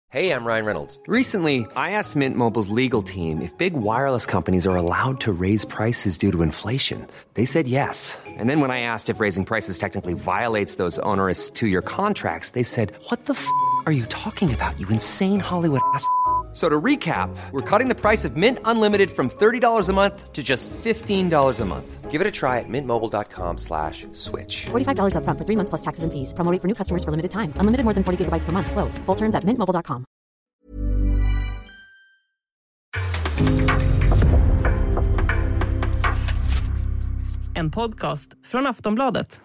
Hey, I'm Ryan Reynolds. Recently, I asked Mint Mobile's legal team if big wireless companies are allowed to raise prices due to inflation. They said yes. And then when I asked if raising prices technically violates those onerous two-year contracts, they said, "What the are you talking about, you insane Hollywood ass?" So to recap, we're cutting the price of Mint Unlimited from $30 a month to just $15 a month. Give it a try at mintmobile.com/switch. $45 up front for 3 months plus taxes and fees. Promo rate for new customers for limited time. Unlimited more than 40 gigabytes per month. Slows full terms at mintmobile.com. En podcast från Aftonbladet.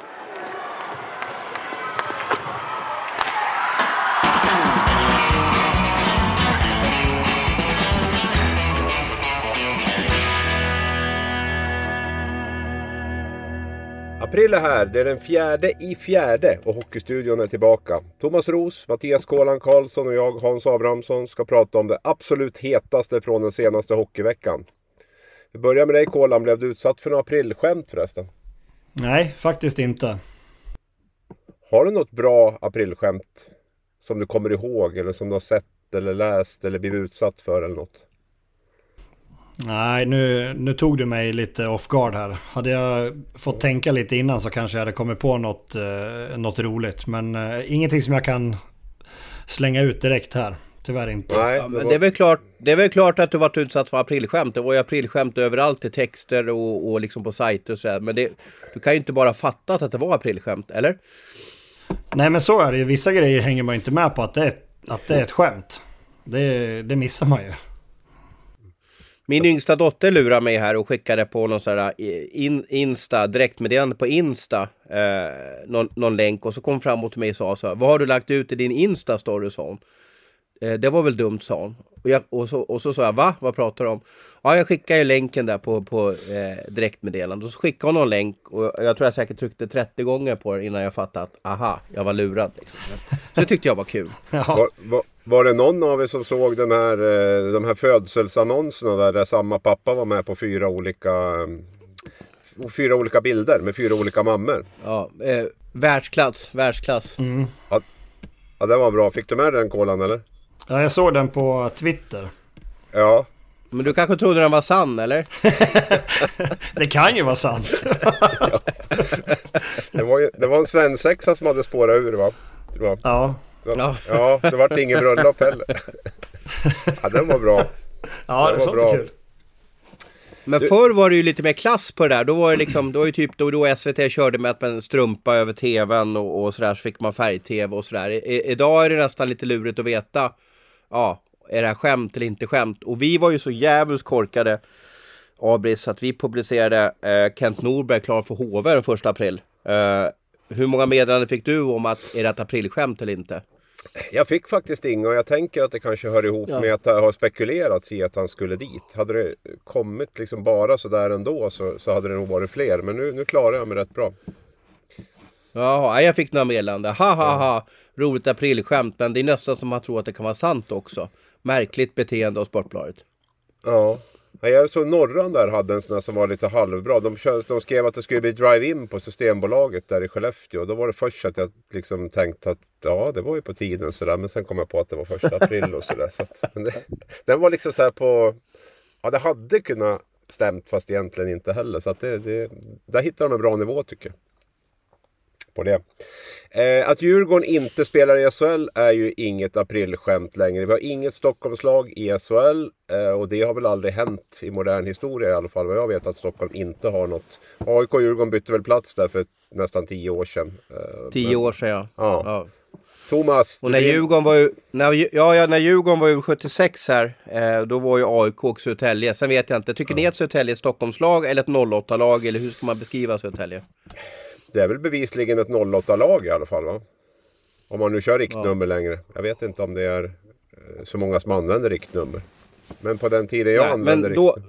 April är här, det är den 4/4 och Hockeystudion är tillbaka. Thomas Ros, Mattias Kålan Karlsson och jag, Hans Abrahamsson, ska prata om det absolut hetaste från den senaste hockeyveckan. Vi börjar med dig, Kålan. Blev du utsatt för några aprilskämt förresten? Nej, faktiskt inte. Har du något bra aprilskämt som du kommer ihåg eller som du har sett eller läst eller blivit utsatt för eller något? Nej, nu tog du mig lite off guard här. Hade jag fått tänka lite innan så kanske jag hade kommit på något roligt. Men ingenting som jag kan slänga ut direkt här. Tyvärr inte. Nej, ja, men det är väl klart att du varit utsatt för aprilskämt. Det var ju aprilskämt överallt i texter och liksom på sajter och sådär. Men du kan ju inte bara fatta att det var aprilskämt, eller? Nej, men så är det ju. Vissa grejer hänger man inte med på att det är ett skämt. Det missar man ju. Min yngsta dotter lurar mig här och skickade på någon sån här Insta, direktmeddelande på Insta, någon länk, och så kom fram mot mig och sa så här: "Vad har du lagt ut i din Insta-story?" sa hon. Det var väl dumt, sa hon. Och så sa jag: "Va? Vad pratar du om?" "Ja, jag skickade ju länken där på direktmeddelande." Och så skickade hon någon länk och jag tror jag säkert tryckte 30 gånger på det innan jag fattade att aha, jag var lurad liksom. Så det tyckte jag var kul. Ja. Var det någon av er som såg de här födselsannonserna där samma pappa var med på 4 olika bilder med 4 olika mammor? Ja, världsklass. Mm. Ja, det var bra. Fick du med den, Kålan, eller? Ja, jag såg den på Twitter. Ja. Men du kanske trodde den var sann, eller? Det kan ju vara sant. Ja. Det var en svensexa som hade spårat ur, va? Ja. Ja, det var ingen bröllop heller. Ja, den var bra. Ja, det var kul. Men förr var det ju lite mer klass på det där. Då var det liksom, då SVT körde med att man strumpa över tvn och sådär, så fick man färg-tv och sådär. Idag är det nästan lite lurigt att veta, ja, är det här skämt eller inte skämt? Och vi var ju så jävligt korkade, Abris, att vi publicerade Kent Norberg klar för HV den 1 april. Hur många meddelanden fick du om att är det ett aprilskämt eller inte? Jag fick faktiskt inga, och jag tänker att det kanske hör ihop med att det har spekulerats i att han skulle dit. Hade det kommit liksom bara så där ändå så hade det nog varit fler. Men nu klarar jag mig rätt bra. Ja, jag fick några meddelanden. Roligt aprilskämt, men det är nästan som man tror att det kan vara sant också. Märkligt beteende av Sportbladet. Ja. Jag såg Norran där hade en sån här som var lite halvbra. De skrev att det skulle bli drive-in på Systembolaget där i Skellefteå. Då var det först att jag liksom tänkte att ja, det var ju på tiden sådär. Men sen kom jag på att det var 1 april och sådär. Så den var liksom så här på... Ja, det hade kunnat stämt fast egentligen inte heller. Så att där hittar de en bra nivå, tycker jag. På det. Att Djurgården inte spelar i SHL är ju inget aprilskämt längre. Vi har inget Stockholmslag i SHL och det har väl aldrig hänt i modern historia i alla fall. Vad jag vet att Stockholm inte har något. AIK och Djurgården bytte väl plats där för nästan 10 år sedan. 10 år sedan, ja. Thomas. Och när Djurgården var ju när Djurgården var ju 76 här, då var ju AIK och Södertälje. Sen vet jag inte. Tycker ni att Södertälje är ett Stockholmslag eller ett 08-lag, eller hur ska man beskriva Södertälje? Det är väl bevisligen ett 08-lag i alla fall, va? Om man nu kör riktnummer längre. Jag vet inte om det är så många som använder riktnummer. Men på den tiden jag använde riktnummer.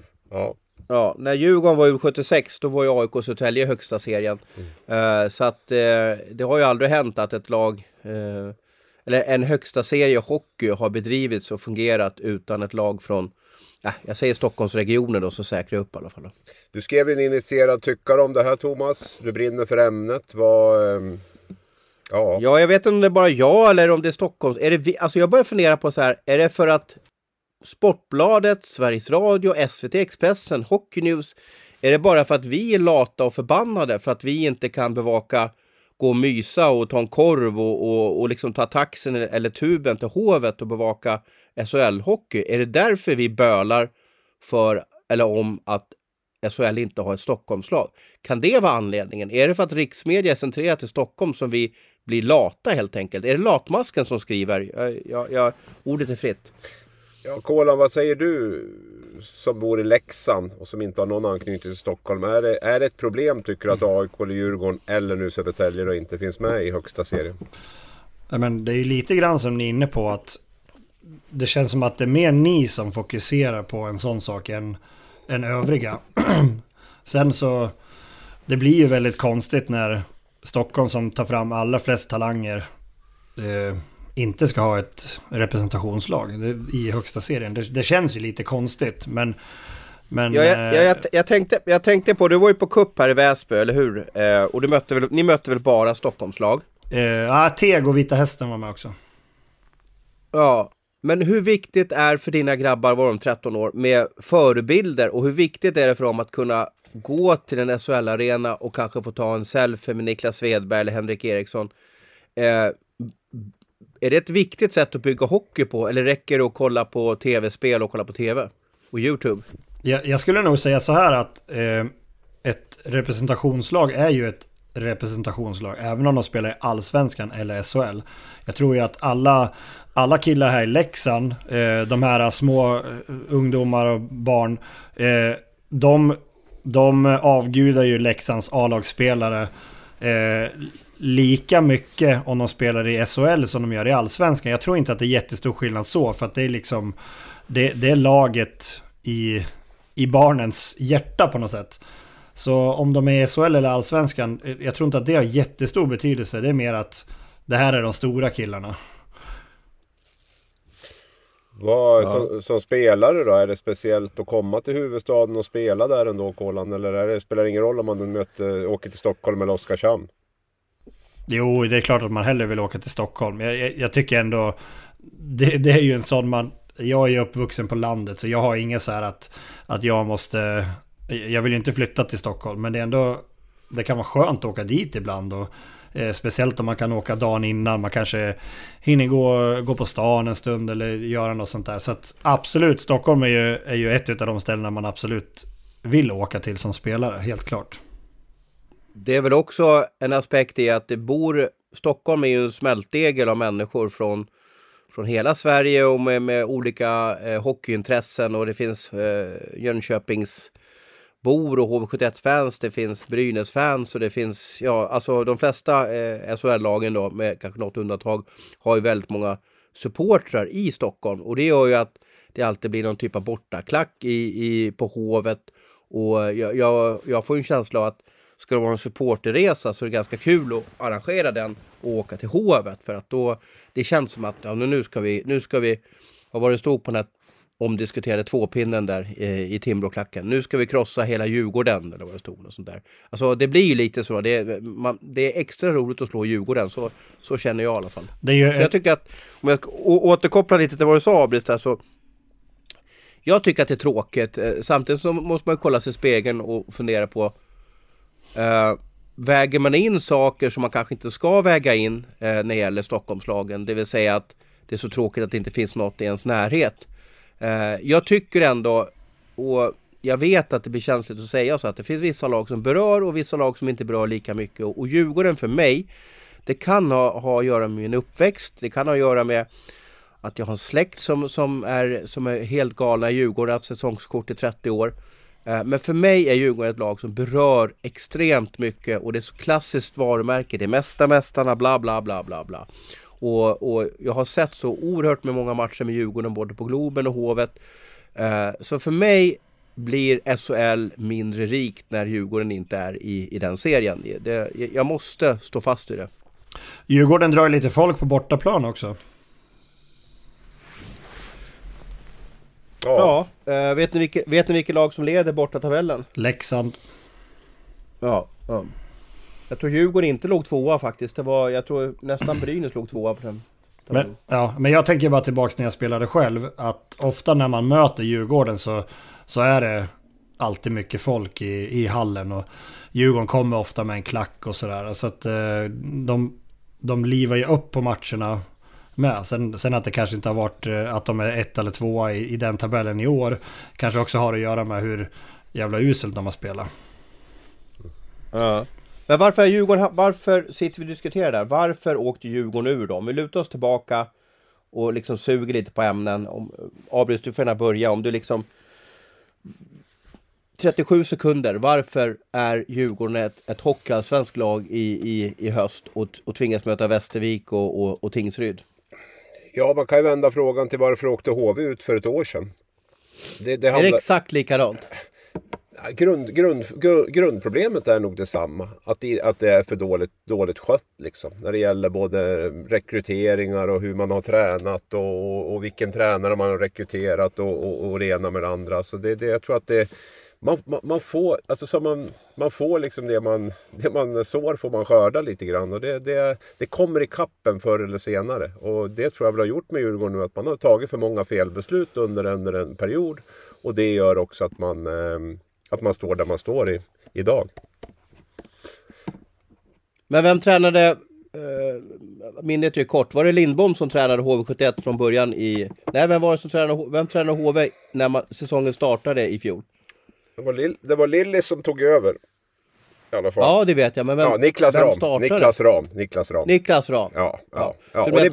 Ja, när Djurgården var ju 76, då var ju AIK och Södertälje i högsta serien. Så att det har ju aldrig hänt att ett lag, eller en högsta serie hockey har bedrivits och fungerat utan ett lag från, jag säger Stockholmsregionen då, så säkrar jag upp i alla fall då. Du skrev en initierad tyckare om det här, Thomas. Du brinner för ämnet. Ja. Ja, jag vet inte om det är bara jag eller om det är Stockholms. Alltså jag börjar fundera på så här, är det för att Sportbladet, Sveriges Radio, SVT, Expressen, Hockey News, är det bara för att vi är lata och förbannade för att vi inte kan bevaka, gå och mysa och ta en korv och liksom ta taxen eller tuben till Hovet och bevaka SHL-hockey? Är det därför vi bölar för eller om att SHL inte har ett Stockholmslag? Kan det vara anledningen? Är det för att riksmedia är centrerat till Stockholm som vi blir lata helt enkelt? Är det latmasken som skriver? Ordet är fritt. Ja, Kolan, vad säger du som bor i Leksand och som inte har någon anknytning till Stockholm? Är det ett problem, tycker du, att AIK eller Djurgården eller nu Södertälje och inte finns med i högsta serien? Ja, men det är ju lite grann som ni är inne på, att det känns som att det är mer ni som fokuserar på en sån sak än övriga. Sen så, det blir ju väldigt konstigt när Stockholm, som tar fram alla flest talanger, inte ska ha ett representationslag i högsta serien. Det känns ju lite konstigt, men jag tänkte på, du var ju på cup här i Väsby, eller hur? Och ni mötte väl bara Stockholmslag? Teg och Vita Hästen var med också. Ja, men hur viktigt är för dina grabbar, var de 13 år, med förebilder, och hur viktigt är det för dem att kunna gå till en SHL-arena och kanske få ta en selfie med Niklas Svedberg eller Henrik Eriksson? Är det ett viktigt sätt att bygga hockey på, eller räcker det att kolla på tv-spel och kolla på tv och YouTube? Jag skulle nog säga så här att ett representationslag är ju ett representationslag, även om de spelar i Allsvenskan eller SHL. Jag tror ju att alla killar här i Leksand, de här små ungdomar och barn, de avgudar ju Leksands A-lagsspelare lika mycket om de spelar i SHL som de gör i Allsvenskan. Jag tror inte att det är jättestor skillnad så, för att det är liksom det är laget i barnens hjärta på något sätt. Så om de är i SHL eller Allsvenskan, jag tror inte att det har jättestor betydelse. Det är mer att det här är de stora killarna. Som spelare då, är det speciellt att komma till huvudstaden och spela där ändå, Kolan? Eller spelar det ingen roll om man åker till Stockholm eller Oskarshamn? Jo, det är klart att man hellre vill åka till Stockholm. Jag tycker ändå, det är ju en sån jag är uppvuxen på landet, så jag har inget så här att jag vill inte flytta till Stockholm, men det kan vara skönt att åka dit ibland, och speciellt om man kan åka dagen innan, man kanske hinner gå på stan en stund eller göra något sånt där. Så att absolut, Stockholm är ju ett av de ställena man absolut vill åka till som spelare, helt klart. Det är väl också en aspekt i att Stockholm är ju en smältdegel av människor från hela Sverige och med olika hockeyintressen, och det finns Jönköpings bor och HV71-fans, det finns Brynäs-fans, och det finns, alltså de flesta SHL-lagen då, med kanske något undantag, har ju väldigt många supportrar i Stockholm, och det gör ju att det alltid blir någon typ av bortaklack på Hovet, och jag får en känsla av att ska det vara en supporterresa så är det ganska kul att arrangera den och åka till Hovet, för att då det känns som att nu ska vi vad var det stod på den här omdiskuterade tvåpinnen där i Timråklacken. Nu ska vi krossa hela Djurgården, eller vad det stod och sånt där. Alltså det blir ju lite så, det är extra roligt att slå Djurgården, så känner jag i alla fall. Så jag tycker att, om jag återkopplar lite till vad du sa, Abris, där, så jag tycker att det är tråkigt. Samtidigt så måste man kolla sig i spegeln och fundera på väger man in saker som man kanske inte ska väga in när det gäller Stockholmslagen, det vill säga att det är så tråkigt att det inte finns något i ens närhet. Jag tycker ändå, och jag vet att det blir känsligt att säga så, att det finns vissa lag som berör och vissa lag som inte berör lika mycket, och Djurgården för mig, det kan ha att göra med min uppväxt, det kan ha att göra med att jag har en släkt som är helt galna i Djurgården, haft säsongskort i 30 år. Men för mig är Djurgården ett lag som berör extremt mycket, och det är så klassiskt varumärke, det är mästarna, bla bla bla bla bla. Och jag har sett så oerhört med många matcher med Djurgården, både på Globen och Hovet. Så för mig blir SHL mindre rikt när Djurgården inte är i den serien. Jag måste stå fast i det. Djurgården drar lite folk på bortaplan också. Ja, vet ni vilket lag som leder borta tabellen? Leksand. Ja. Jag tror Djurgården inte låg 2 faktiskt. Jag tror nästan Brynäs låg 2 på den. Men jag tänker bara tillbaka när jag spelade själv. Att ofta när man möter Djurgården så är det alltid mycket folk i hallen. Och Djurgården kommer ofta med en klack och sådär. Så att de livar ju upp på matcherna med. Sen att det kanske inte har varit att de är 1 eller 2 i den tabellen i år. Kanske också har att göra med hur jävla uselt de har spelat. Ja. Men varför sitter vi och diskuterar där? Varför åkte Djurgården ur dem? Vi lutar oss tillbaka och liksom suger lite på ämnen. Abrys, du får gärna börja. Om du liksom 37 sekunder. Varför är Djurgården ett hockeyallsvensk lag i höst och tvingas möta Västervik och Tingsryd? Ja, man kan ju vända frågan till varför åkte HV ut för ett år sedan. Är det exakt likadant? Grundproblemet är nog detsamma. Att det är för dåligt skött liksom. När det gäller både rekryteringar och hur man har tränat och vilken tränare man har rekryterat och det ena med det andra. Så jag tror att man får, alltså så man får liksom det man sår får man skörda lite grann. Och det kommer i kappen förr eller senare. Och det tror jag väl har gjort med Djurgården nu, att man har tagit för många felbeslut under en period. Och det gör också att man står där man står idag. Men vem tränade, minnet är ju kort, var det Lindbom som tränade HV71 från början vem tränade HV när säsongen startade i fjol? Det var Lilly som tog över. I alla fall. Ja, det vet jag. Men Niklas Ram. Ja. Och det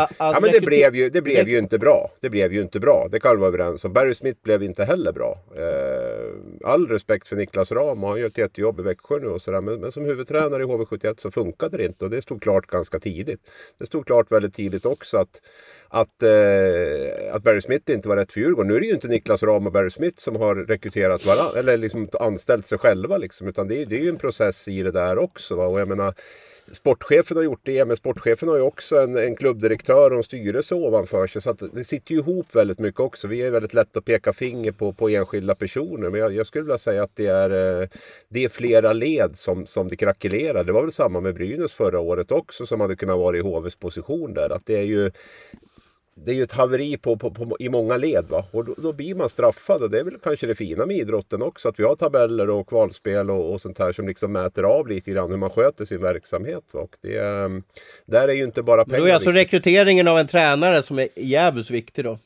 blev ju inte bra. Det kan vi vara överens om. Barry Smith blev inte heller bra. All respekt för Niklas Ram. Han gör ett jättejobb i Växjö nu och sådär. Men som huvudtränare i HV71 så funkade det inte. Och det stod klart ganska tidigt. Det stod klart väldigt tidigt också att Barry Smith inte var rätt för Djurgården. Nu är det ju inte Niklas Ram och Barry Smith som har rekryterat varandra eller liksom anställt sig själva liksom, utan det är ju en process i det där också, va? Och jag menar, sportchefen har gjort det, men sportchefen har ju också en klubbdirektör och en styrelse ovanför sig, så att det sitter ju ihop väldigt mycket också. Vi är väldigt lätt att peka finger på enskilda personer, men jag skulle vilja säga att det är flera led som det krackelerar. Det var väl samma med Brynäs förra året också, som hade kunnat vara i HVs position där, att det är ju ett haveri i många led, va? Och då blir man straffad, och det är väl kanske det fina med idrotten också, att vi har tabeller och kvalspel och sånt här som liksom mäter av lite grann hur man sköter sin verksamhet, va? Och där är ju inte bara pengar. Då är alltså rekryteringen av en tränare som är jävligt viktig då?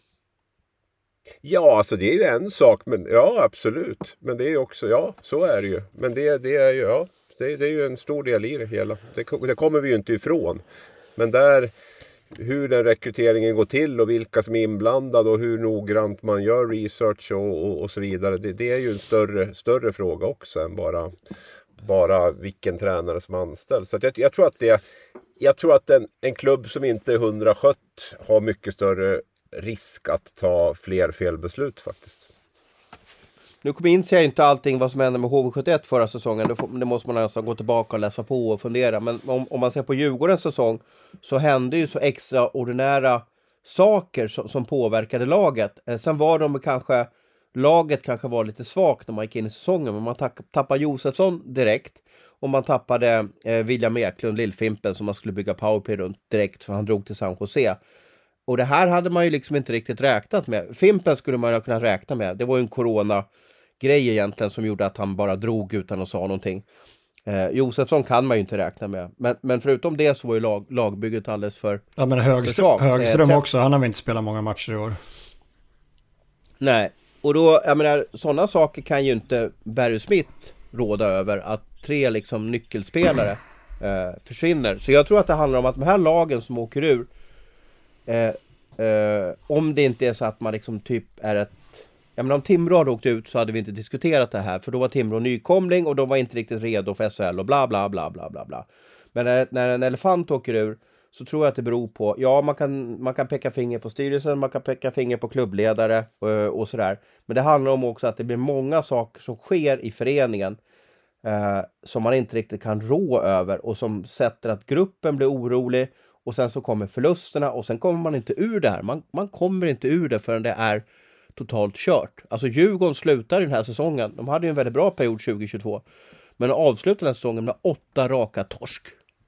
Ja, alltså det är ju en sak, men ja, absolut. Men det är ju också, ja, så är det ju. Men det är ju, ja, det är ju en stor del i det hela. Det kommer vi ju inte ifrån. Men hur den rekryteringen går till och vilka som är inblandade och hur noggrant man gör research och så vidare. Det är ju en större fråga också än bara vilken tränare som anställs. Så att jag tror att en klubb som inte är 100 skött har mycket större risk att ta fler felbeslut faktiskt. Nu inser jag inte allting vad som hände med HV71 förra säsongen. Det måste man nästan gå tillbaka och läsa på och fundera. Men om man ser på Djurgårdens säsong så hände ju så extraordinära saker som påverkade laget. Sen var laget kanske var lite svagt när man gick in i säsongen. Men man tappade Josefsson direkt. Och man tappade William Eklund, Lillfimpen, som man skulle bygga powerplay runt direkt, för han drog till San Jose. Och det här hade man ju liksom inte riktigt räknat med. Fimpen skulle man ha kunnat räkna med. Det var ju en corona-grej egentligen som gjorde att han bara drog utan att sa någonting. Josefsson kan man ju inte räkna med. Men förutom det så var ju lagbygget alldeles för... Ja, men Högström också. Han har väl inte spelat många matcher i år. Nej. Och då, jag menar, sådana saker kan ju inte Barry Smith råda över. Att 3 liksom nyckelspelare försvinner. Så jag tror att det handlar om att de här lagen som åker ur, om det inte är så att man liksom typ är ett... Jag menar, om Timrå hade åkt ut så hade vi inte diskuterat det här. För då var Timrå nykomling och de var inte riktigt redo för SHL och bla bla bla bla bla bla. Men när en elefant åker ur så tror jag att det beror på... Ja, man kan peka finger på styrelsen, man kan peka finger på klubbledare och sådär. Men det handlar om också att det blir många saker som sker i föreningen som man inte riktigt kan rå över och som sätter att gruppen blir orolig. Och sen så kommer förlusterna och sen kommer man inte ur det här. Man kommer inte ur det förrän det är totalt kört. Alltså Djurgården slutar i den här säsongen. De hade ju en väldigt bra period 2022. Men avslutar den här säsongen med 8 raka torsk.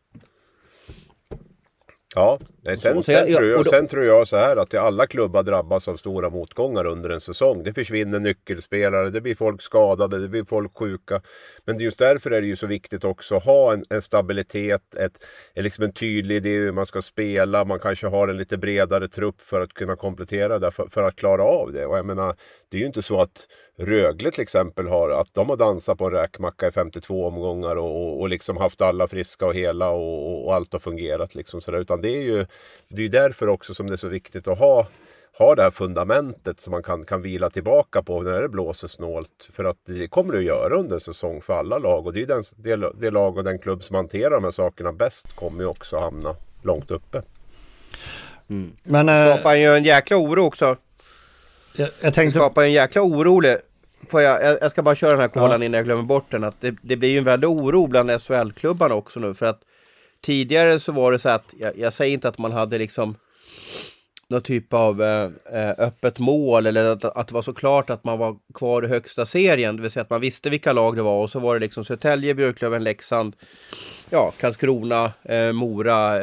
Ja, sen tror jag så här att alla klubbar drabbas av stora motgångar under en säsong. Det försvinner nyckelspelare, det blir folk skadade, det blir folk sjuka. Men just därför är det ju så viktigt också att ha en stabilitet, liksom en tydlig idé hur man ska spela. Man kanske har en lite bredare trupp för att kunna komplettera det, för att klara av det. Och jag menar, det är ju inte så att Rögle till exempel att de har dansat på en räkmacka i 52 omgångar och liksom haft alla friska och hela och allt har fungerat liksom sådär. Utan det är ju därför också som det är så viktigt att ha det här fundamentet som man kan vila tillbaka på när det blåser snålt. För att det kommer det att göra under säsong för alla lag. Och det är det lag och den klubb som hanterar de här sakerna bäst kommer ju också hamna långt uppe. Mm. Men det skapar ju en jäkla oro också. Jag tänkte... Det skapar en jäkla oro. Jag ska bara köra den här kolan innan jag glömmer bort den. Att det blir ju en väldig oro bland SHL-klubbarna också nu. För att tidigare så var det så att, jag säger inte att man hade liksom någon typ av öppet mål eller att det var så klart att man var kvar i högsta serien. Det vill säga att man visste vilka lag det var och så var det liksom Södertälje, Björklöven, Leksand, Karlskrona, Mora,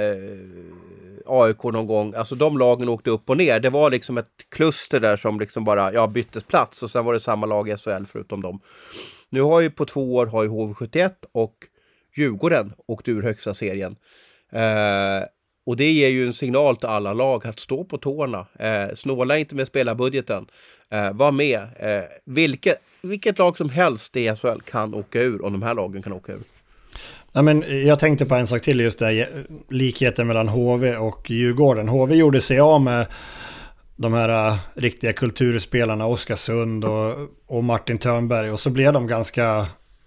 AIK någon gång. Alltså de lagen åkte upp och ner. Det var liksom ett kluster där som liksom bara byttes plats och sen var det samma lag i SHL förutom dem. Nu har ju på 2 år har ju HV71 och Djurgården åkt ur högsta serien. Och det ger ju en signal till alla lag att stå på tårna. Snåla inte med spelarbudgeten. Var med. Vilket lag som helst i SHL kan åka ur om de här lagen kan åka ur. Ja, men jag tänkte på en sak till just där, likheten mellan HV och Djurgården. HV gjorde sig av med de här riktiga kulturspelarna Oskarsund och Martin Törnberg och så blev de ganska...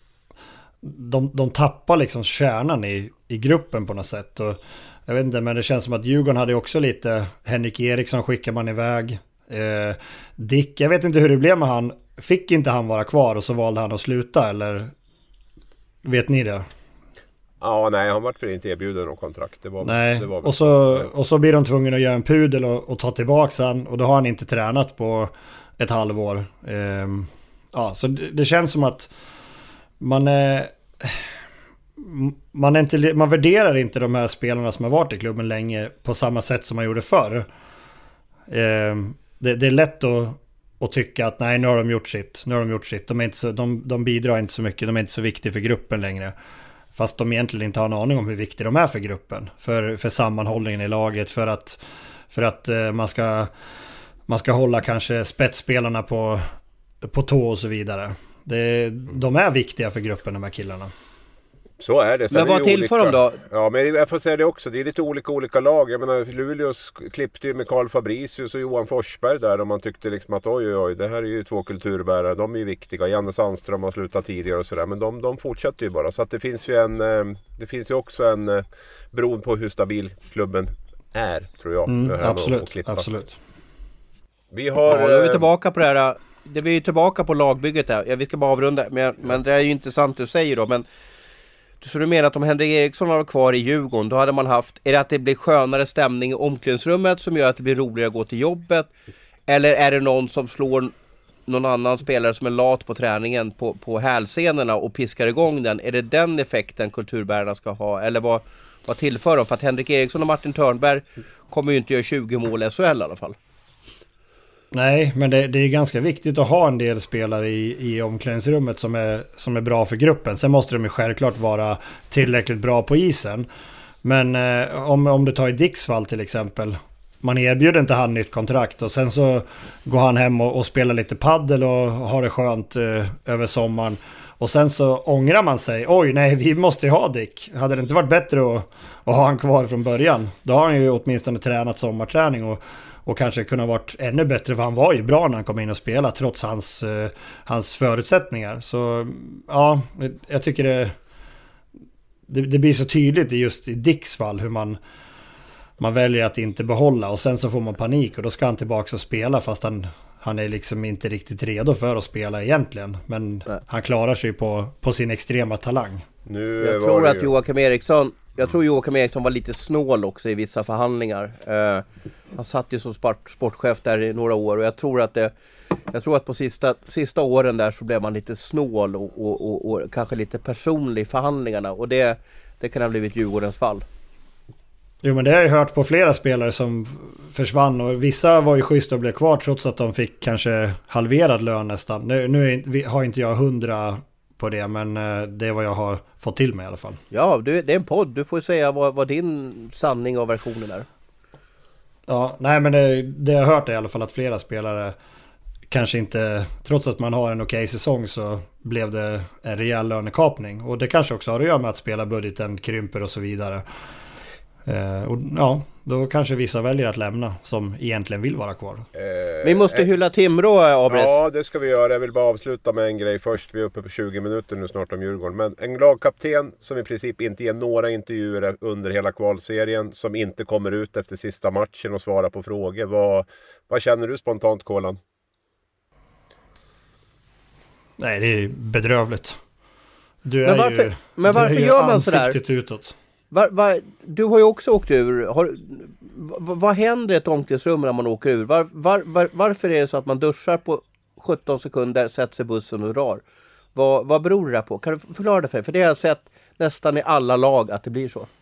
De tappar liksom kärnan i gruppen på något sätt och jag vet inte, men det känns som att Djurgården hade också lite Henrik Eriksson skickar man iväg. Dick, jag vet inte hur det blev med han. Fick inte han vara kvar och så valde han att sluta eller vet ni det? Ja, nej, han var för inte erbjuden någon kontrakt. Det var och så blir de tvungna att göra en pudel och ta tillbaka han och då har han inte tränat på ett halvår. Så det känns som att man värderar inte de här spelarna som har varit i klubben länge på samma sätt som man gjorde förr. Det är lätt att tycka att nej, nu har de gjort sitt. De bidrar inte så mycket, de är inte så viktiga för gruppen längre. Fast de egentligen inte har en aning om hur viktiga de är för gruppen. För sammanhållningen i laget, för att man ska hålla kanske spetsspelarna på tå och så vidare. De är viktiga för gruppen, de här killarna. Så är det. Men vad tillför de då? Ja, men jag får säga det också. Det är lite olika lag. Jag menar, Luleå klippte ju med Carl Fabricius och Johan Forsberg där. Och man tyckte liksom att oj, det här är ju 2 kulturbärare. De är ju viktiga. Janne Sandström har slutat tidigare och sådär. Men de fortsätter ju bara. Så att det finns ju också en beroende på hur stabil klubben är, tror jag. Absolut. Vi har... då är vi tillbaka på det här. Vi är ju tillbaka på lagbygget där. Vi ska bara avrunda. Men det är ju intressant du säger då. Men så du menar att om Henrik Eriksson var kvar i Djurgården, då hade man haft... Är det att det blir skönare stämning i omklädningsrummet som gör att det blir roligare att gå till jobbet? Eller är det någon som slår någon annan spelare som är lat på träningen på hälsenorna och piskar igång den? Är det den effekten kulturbärarna ska ha? Eller vad tillför de? För att Henrik Eriksson och Martin Törnberg kommer ju inte göra 20 mål i SHL i alla fall. Nej, men det är ganska viktigt att ha en del spelare i omklädningsrummet som är bra för gruppen. Sen måste de ju självklart vara tillräckligt bra på isen. Men om du tar i Dicks fall till exempel. Man erbjuder inte han nytt kontrakt och sen så går han hem och spelar lite paddel och har det skönt över sommaren. Och sen så ångrar man sig. Oj, nej, vi måste ju ha Dick. Hade det inte varit bättre att ha han kvar från början? Då har han ju åtminstone tränat sommarträning och kanske kunna varit ännu bättre, för han var ju bra när han kom in och spelade trots hans förutsättningar. Så ja, jag tycker det blir så tydligt just i Dicks fall hur man väljer att inte behålla och sen så får man panik och då ska han tillbaka och spela fast han är liksom inte riktigt redo för att spela egentligen. Men han klarar sig på sin extrema talang. Jag tror att Joakim Jag tror Joakim Eriksson var lite snål också i vissa förhandlingar. Han satt ju som sportchef där i några år och jag tror att på sista åren där så blev man lite snål och kanske lite personlig i förhandlingarna och det kan ha blivit Djurgårdens fall. Jo, men det har jag hört på flera spelare som försvann och vissa var ju schyssta och blev kvar trots att de fick kanske halverad lön nästan. Nu har inte jag 100 på det, men det är vad jag har fått till mig i alla fall. Ja, det är en podd. Du får säga vad din sanning och versionen är. Ja, nej men det jag har hört är i alla fall att flera spelare kanske inte, trots att man har en okej säsong så blev det en rejäl lönekapning. Och det kanske också har att göra med att spelarbudgeten krymper och så vidare. Och ja, då kanske vissa väljer att lämna som egentligen vill vara kvar. Vi måste hylla Timrå, Abres. Ja, det ska vi göra. Jag vill bara avsluta med en grej först. Vi är uppe på 20 minuter nu snart om Djurgården. Men en lagkapten som i princip inte ger några intervjuer under hela kvalserien, som inte kommer ut efter sista matchen och svarar på frågor. Vad känner du spontant, Kolan? Nej, det är bedrövligt. Men varför gör man sådär? Utåt. Du har ju också åkt ur. Vad händer i ett omklädningsrum när man åker ur? Varför är det så att man duschar på 17 sekunder, sätter sig i bussen och drar? Vad beror det på? Kan du förklara det för mig? För det har jag sett nästan i alla lag att det blir så.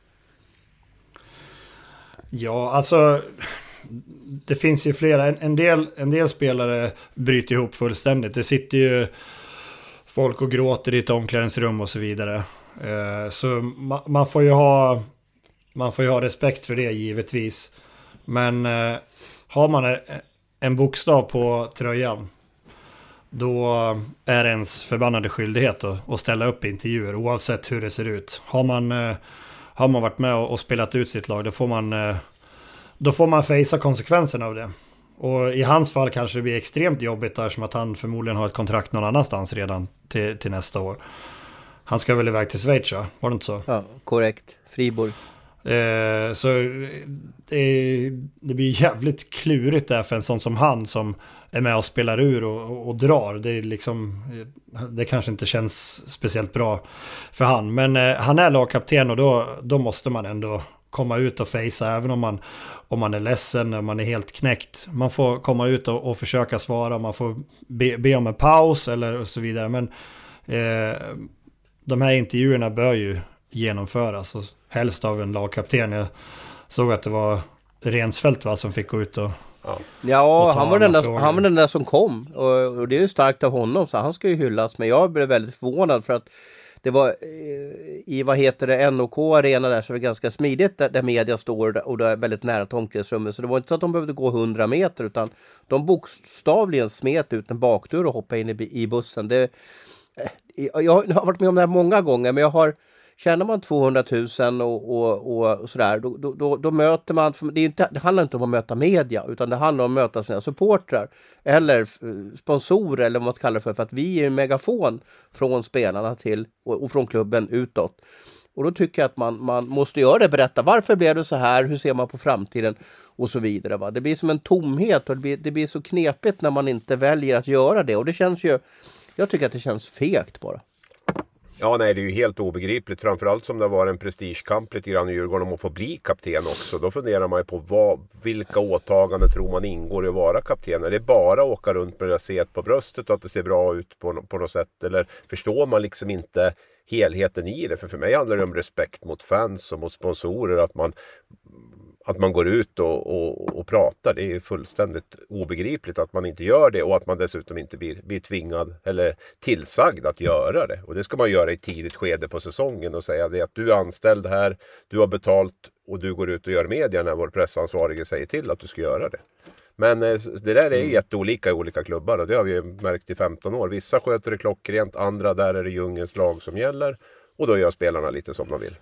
Ja, alltså det finns ju flera. En del spelare bryter ihop fullständigt. Det sitter ju folk och gråter i ett omklädningsrum och så vidare. Så man får ju ha respekt för det givetvis. Men har man en bokstav på tröjan, då är det ens förbannade skyldighet att ställa upp i intervjuer oavsett hur det ser ut. Har man varit med och spelat ut sitt lag, då får man facea konsekvenserna av det. Och i hans fall kanske det blir extremt jobbigt där, som att han förmodligen har ett kontrakt någon annanstans redan till nästa år. Han ska väl iväg till Schweiz, va? Var det inte så? Ja, korrekt. Fribourg. Så det blir jävligt klurigt där för en sån som han som är med och spelar ur och drar. Det kanske inte känns speciellt bra för han. Men han är lagkapten och då måste man ändå komma ut och facea, även om man är ledsen, om man är helt knäckt. Man får komma ut och försöka svara, man får be om en paus eller så vidare. Men de här intervjuerna bör ju genomföras, och helst av en lagkapten. Jag såg att det var Rensfeldt, va, som fick gå ut och han var den där som kom, och det är ju starkt av honom, så han ska ju hyllas. Men jag blev väldigt förvånad för att det var i NOK arena där, så det var ganska smidigt där media står, och det är väldigt nära omklädningsrummet. Så det var inte så att de behövde gå 100 meter, utan de bokstavligen smet ut en bakdörr och hoppade in i bussen. Jag har varit med om det här många gånger, men känner man 200 000 och sådär, då möter man, det handlar inte om att möta media, utan det handlar om att möta sina supportrar eller sponsorer, eller vad man kallar det för att vi är en megafon från spelarna till och från klubben utåt. Och då tycker jag att man måste göra det, berätta varför blev det så här, hur ser man på framtiden och så vidare, va? Det blir som en tomhet, och det blir så knepigt när man inte väljer att göra det, och det känns ju, jag tycker att det känns fegt bara. Ja, nej, det är ju helt obegripligt. Framförallt som det var en prestigekamp lite grann i Djurgården om att få bli kapten också. Då funderar man ju på vilka åtaganden tror man ingår i att vara kapten. Är det bara att åka runt med raset på bröstet och att det ser bra ut på något sätt? Eller förstår man liksom inte helheten i det? För mig handlar det om respekt mot fans och mot sponsorer. Att man går ut och pratar. Det är fullständigt obegripligt att man inte gör det, och att man dessutom inte blir tvingad eller tillsagd att göra det. Och det ska man göra i tidigt skede på säsongen och säga det, att du är anställd här, du har betalt och du går ut och gör media när vår pressansvarige säger till att du ska göra det. Men det där är jätteolika i olika klubbar, och det har vi märkt i 15 år. Vissa sköter det klockrent, andra där är det Djungens lag som gäller, och då gör spelarna lite som de vill.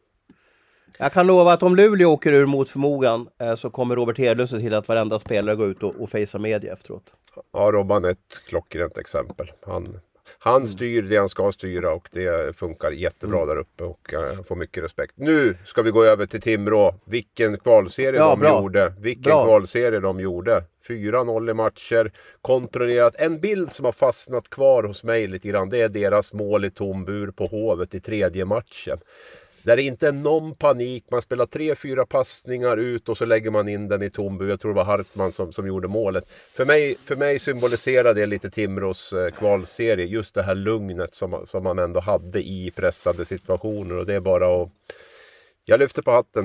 Jag kan lova att om Luleå åker ur mot förmågan, så kommer Robert Hedlund se till att varenda spelare går ut och facear media efteråt. Ja, Robban är ett klockrent exempel. Han styr det han ska styra, och det funkar jättebra där uppe, och får mycket respekt. Nu ska vi gå över till Timrå. Vilken kvalserie kvalserie de gjorde. 4-0 i matcher, kontrollerat. En bild som har fastnat kvar hos mig lite grann, det är deras mål i tom bur på Hovet i 3:e matchen. Där det inte är någon panik. Man spelar 3-4 passningar ut och så lägger man in den i tombu. Jag tror det var Hartman som gjorde målet. För mig symboliserar det lite Timrås kvalserie. Just det här lugnet som man ändå hade i pressade situationer. Och det är bara att... Jag lyfter på hatten.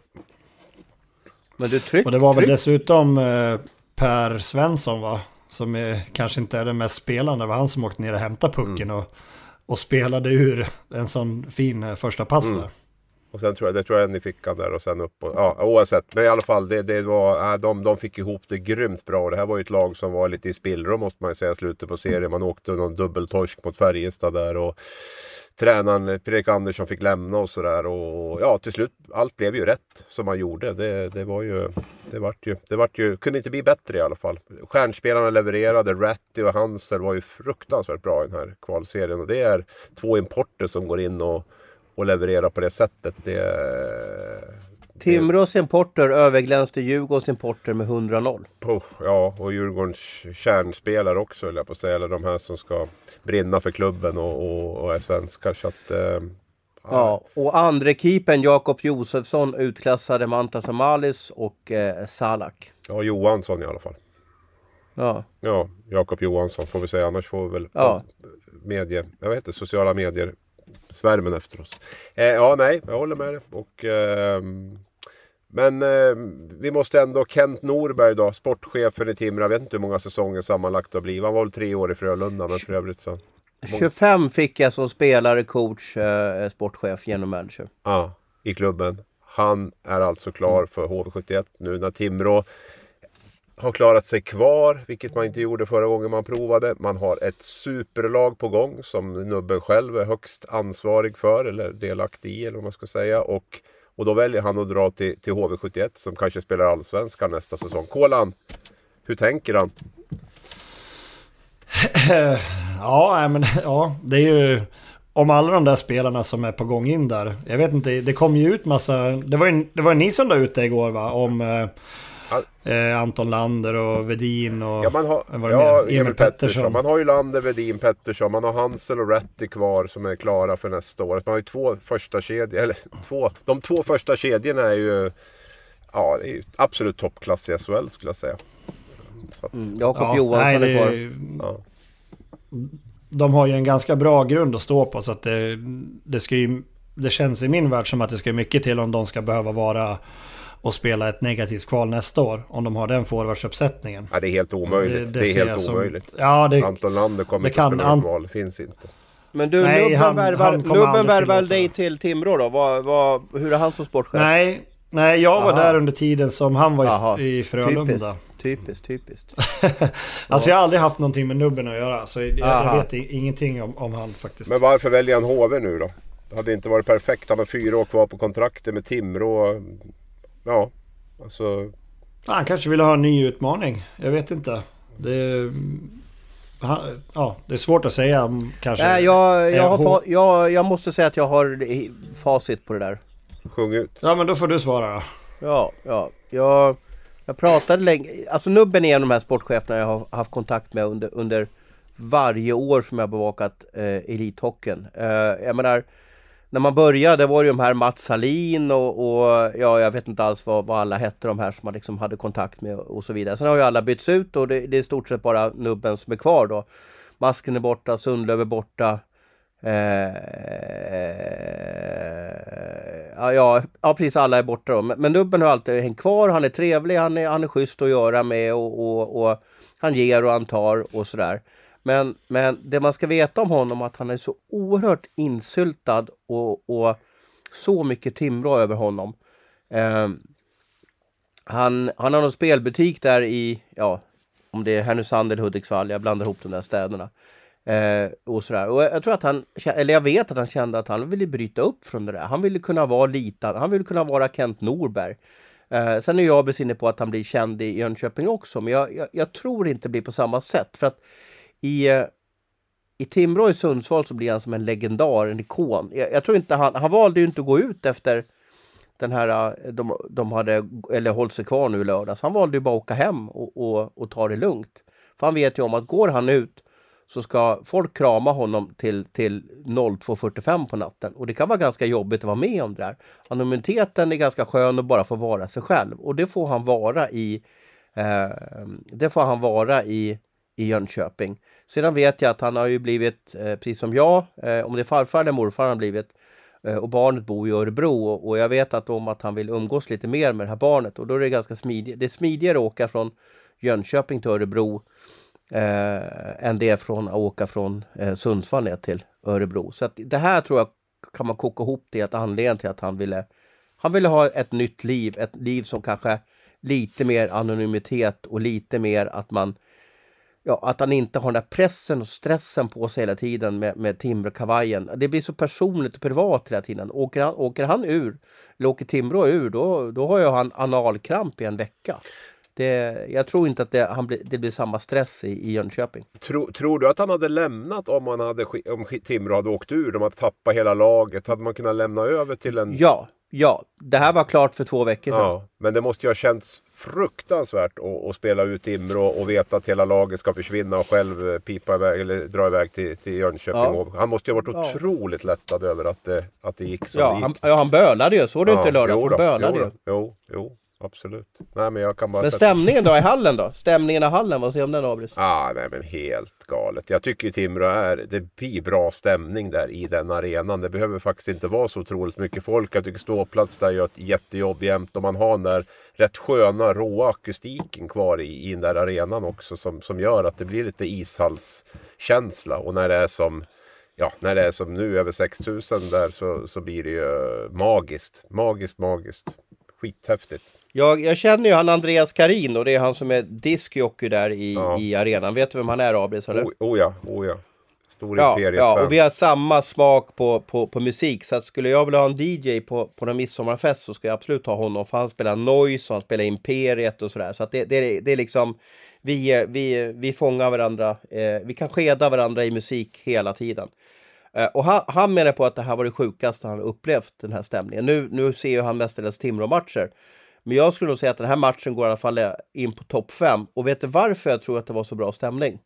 Men du och det var väl dessutom Per Svensson, va? Som kanske inte är den mest spelande. Det var han som åkte ner och hämtade pucken och spelade ur en sån fin första pass där. Och sen tror jag ni fick han där och sen upp. Oavsett. Men i alla fall, det var, de fick ihop det grymt bra. Och det här var ju ett lag som var lite i spillror, måste man ju säga, slutet på serien. Man åkte någon dubbeltorsk mot Färjestad där och tränaren Fredrik Andersson fick lämna och sådär. Och ja, till slut, allt blev ju rätt som man gjorde. Det vart ju, kunde inte bli bättre i alla fall. Stjärnspelarna levererade, Ratty och Hansel var ju fruktansvärt bra i den här kvalserien. Och det är 2 importer som går in och levererar på det sättet. Timrås importer överglänste Djurgårdens importer med 100-0. Ja, och Djurgårdens kärnspelare också, eller på att säga, eller de här som ska brinna för klubben och är svenskar. Så att, ja, och andra keepern Jakob Josefsson utklassade Mantas Amalis och Salak. Ja, Johansson i alla fall. Ja, Jakob Johansson får vi säga, annars får vi väl sociala medier svärmen efter oss. Jag håller med dig. Och, men vi måste ändå, Kent Norberg då, sportchefen i Timrå, jag vet inte hur många säsonger sammanlagt har blivit. Han var väl 3 år i Frölunda, men för övrigt så... 25 fick jag som spelare, coach, sportchef genom manager. Ja, i klubben. Han är alltså klar för HV71 nu när Timrå har klarat sig kvar, vilket man inte gjorde förra gången man provade. Man har ett superlag på gång som Nubben själv är högst ansvarig för, eller delaktig i, eller vad man ska säga. Och då väljer han att dra till HV71 som kanske spelar allsvenskan nästa säsong. Kolan, hur tänker han? Det är ju om alla de där spelarna som är på gång in där. Jag vet inte, det kom ju ut massa... Det var ni som där ute igår, va? Om... Anton Lander och Vedin och Emil Pettersson. Man har ju Lander, Vedin, Pettersson. Man har Hansel och Ratty kvar som är klara för nästa år. Man har ju 2 första kedjor, eller de 2 första kedjorna är ju det är ju absolut toppklass i SHL, skulle jag säga. Jakob Johansson är kvar. De har ju en ganska bra grund att stå på, så att det känns i min värld som att det ska mycket till om de ska behöva vara och spela ett negativt kval nästa år, om de har den forwardsuppsättningen. Ja, det är helt omöjligt. Det är helt omöjligt. Anton Lander kommer inte spela ett val, det finns inte. Men du, Nubben värvar dig till Timrå då? Hur är han som sportchef? Nej, jag var där under tiden som han var i Frölunda. Typiskt. Alltså jag har aldrig haft någonting med Nubben att göra, så jag vet ingenting om han faktiskt. Men varför väljer han HV nu då? Det hade inte varit perfekt. Han har 4 år kvar på kontraktet med Timrå. Ja, alltså... Han kanske vill ha en ny utmaning. Jag vet inte. Det är svårt att säga kanske. Nej, jag måste säga att jag har facit på det där. Sjung ut. Ja, men då får du svara. Ja. Jag pratade länge. Alltså Nubben är en av de här sportcheferna jag har haft kontakt med under varje år som jag har bevakat elithockeyn. Jag menar, när man började var det de här Mats Hallin och jag vet inte alls vad alla hette, de här som man liksom hade kontakt med och så vidare. Sen har ju alla bytts ut och det är i stort sett bara Nubben som är kvar då. Masken är borta, Sundlöv är borta. Precis, alla är borta då. Men Nubben har alltid hängt kvar, han är trevlig, han är schysst att göra med och han ger och han tar och sådär. Men det man ska veta om honom är att han är så oerhört insyltad och så mycket Timrå över honom. Han har någon spelbutik där i, om det är Härnösand eller Hudiksvall, jag blandar ihop de där städerna. Och sådär. Och jag tror att jag vet att han kände att han ville bryta upp från det där. Han ville kunna vara liten, han ville kunna vara Kent Norberg. Sen är jag besinne på att han blir känd i Jönköping också, men jag tror inte det blir på samma sätt, för att i Timrå i Sundsvall så blir han som en legendar, en ikon. Jag tror inte han valde ju inte att gå ut efter den här, de hade, eller hållit sig kvar nu i lördags. Han valde ju bara att åka hem och ta det lugnt. För han vet ju om att går han ut så ska folk krama honom till 02:45 på natten. Och det kan vara ganska jobbigt att vara med om det där. Anonymiteten är ganska skön att bara få vara sig själv. Och det får han vara i Jönköping. Sedan vet jag att han har ju blivit, precis som jag, om det är farfar eller morfar han har blivit, och barnet bor i Örebro, och jag vet att han vill umgås lite mer med det här barnet, och då är det ganska smidigt. Det är smidigare att åka från Jönköping till Örebro än det är att åka från Sundsvall ner till Örebro. Så att det här tror jag kan man koka ihop till att anledningen till att han ville ha ett nytt liv, ett liv som kanske lite mer anonymitet och lite mer att han inte har den där pressen och stressen på sig hela tiden med Timrå-kavajen. Det blir så personligt och privat hela tiden. Åker han ur, eller åker Timrå ur, då har ju han analkramp i en vecka. Jag tror inte att det blir samma stress i Jönköping. Tror du att han hade lämnat om Timrå hade åkt ur? De hade tappat hela laget. Hade man kunnat lämna över till en... Ja, det här var klart för 2 veckor sedan. Ja, men det måste ju ha känts fruktansvärt att spela ut Timrå och veta att hela laget ska försvinna och själv pipa iväg eller dra iväg till Jönköping. Ja. Han måste ju ha varit otroligt lättad över att det gick så det gick. Han bölade ju, så det inte lördags. Han bölade ju. Jo. Absolut. Nej, men jag kan bara men stämningen då i hallen då? Stämningen i hallen, vad säger om den, Abris? Nej, men helt galet. Jag tycker Timrå det blir bra stämning där i den arenan. Det behöver faktiskt inte vara så otroligt mycket folk. Jag tycker ståplats där gör ett jättejobb jämt. Och man har den där rätt sköna, råa akustiken kvar i den där arenan också. Som gör att det blir lite ishallskänsla. Och när det är som nu över 6000 där så blir det ju magiskt. Magiskt. Skithäftigt. Jag känner ju han Andreas Karin, och det är han som är diskjockey där i arenan. Vet du vem han är, Abris? Eller? Oh ja. Stor imperiet. Och vi har samma smak på musik. Så att skulle jag vilja ha en DJ på någon midsommarfest, så ska jag absolut ha honom. För han spelar Noise och han spelar Imperiet och sådär. Så att det är liksom, vi fångar varandra. Vi kan skeda varandra i musik hela tiden. Och han menar på att det här var det sjukaste han upplevt, den här stämningen. Nu ser ju han mestadels Timrå-matcher. Men jag skulle nog säga att den här matchen går i alla fall in på topp 5. Och vet du varför jag tror att det var så bra stämning?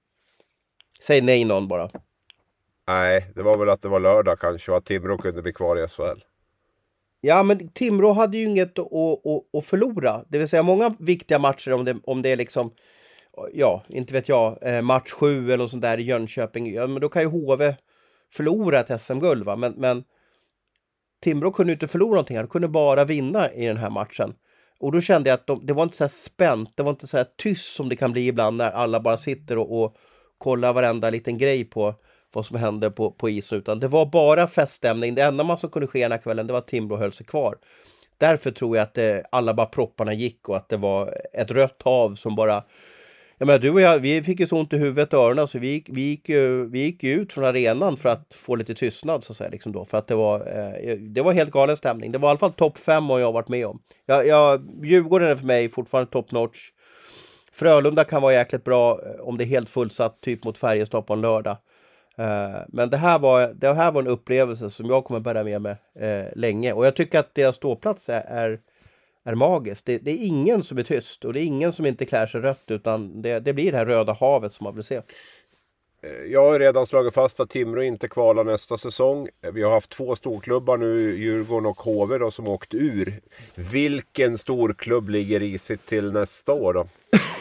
Säg nej någon bara. Nej, det var väl att det var lördag kanske, och att Timrå kunde bli kvar i SHL. Ja, men Timrå hade ju inget att förlora. Det vill säga många viktiga matcher, om det är liksom, ja, inte vet jag, match 7 eller något sånt där i Jönköping. Ja, men då kan ju HV förlora ett SM-guld, va? Men Timrå kunde inte förlora någonting. Han kunde bara vinna i den här matchen. Och då kände jag att det var inte så här spänt. Det var inte så här tyst som det kan bli ibland när alla bara sitter och kollar varenda liten grej på vad som hände på isen. Utan det var bara feststämning. Det enda man som kunde ske den här kvällen, det var att Timrå höll sig kvar. Därför tror jag att alla bara propparna gick, och att det var ett rött hav som bara... Ja, men du och jag, vi fick ju så ont i huvudet och öronen, så vi gick ju ut från arenan för att få lite tystnad, så att säga, liksom då. För att det var helt galen stämning. Det var i alla fall topp 5 och jag har varit med om. Djurgården är för mig fortfarande top notch. Frölunda kan vara jäkligt bra om det är helt fullsatt, typ mot Färjestad på en lördag. Men det här var en upplevelse som jag kommer bära med mig länge. Och jag tycker att deras ståplats är magiskt. Det är ingen som är tyst, och det är ingen som inte klär sig rött, utan det blir det här röda havet som man vill se. Jag har redan slagit fast att Timrå inte kvalar nästa säsong. Vi har haft 2 storklubbar nu, Djurgården och HV då, som åkt ur. Vilken storklubb ligger risigt till nästa år då?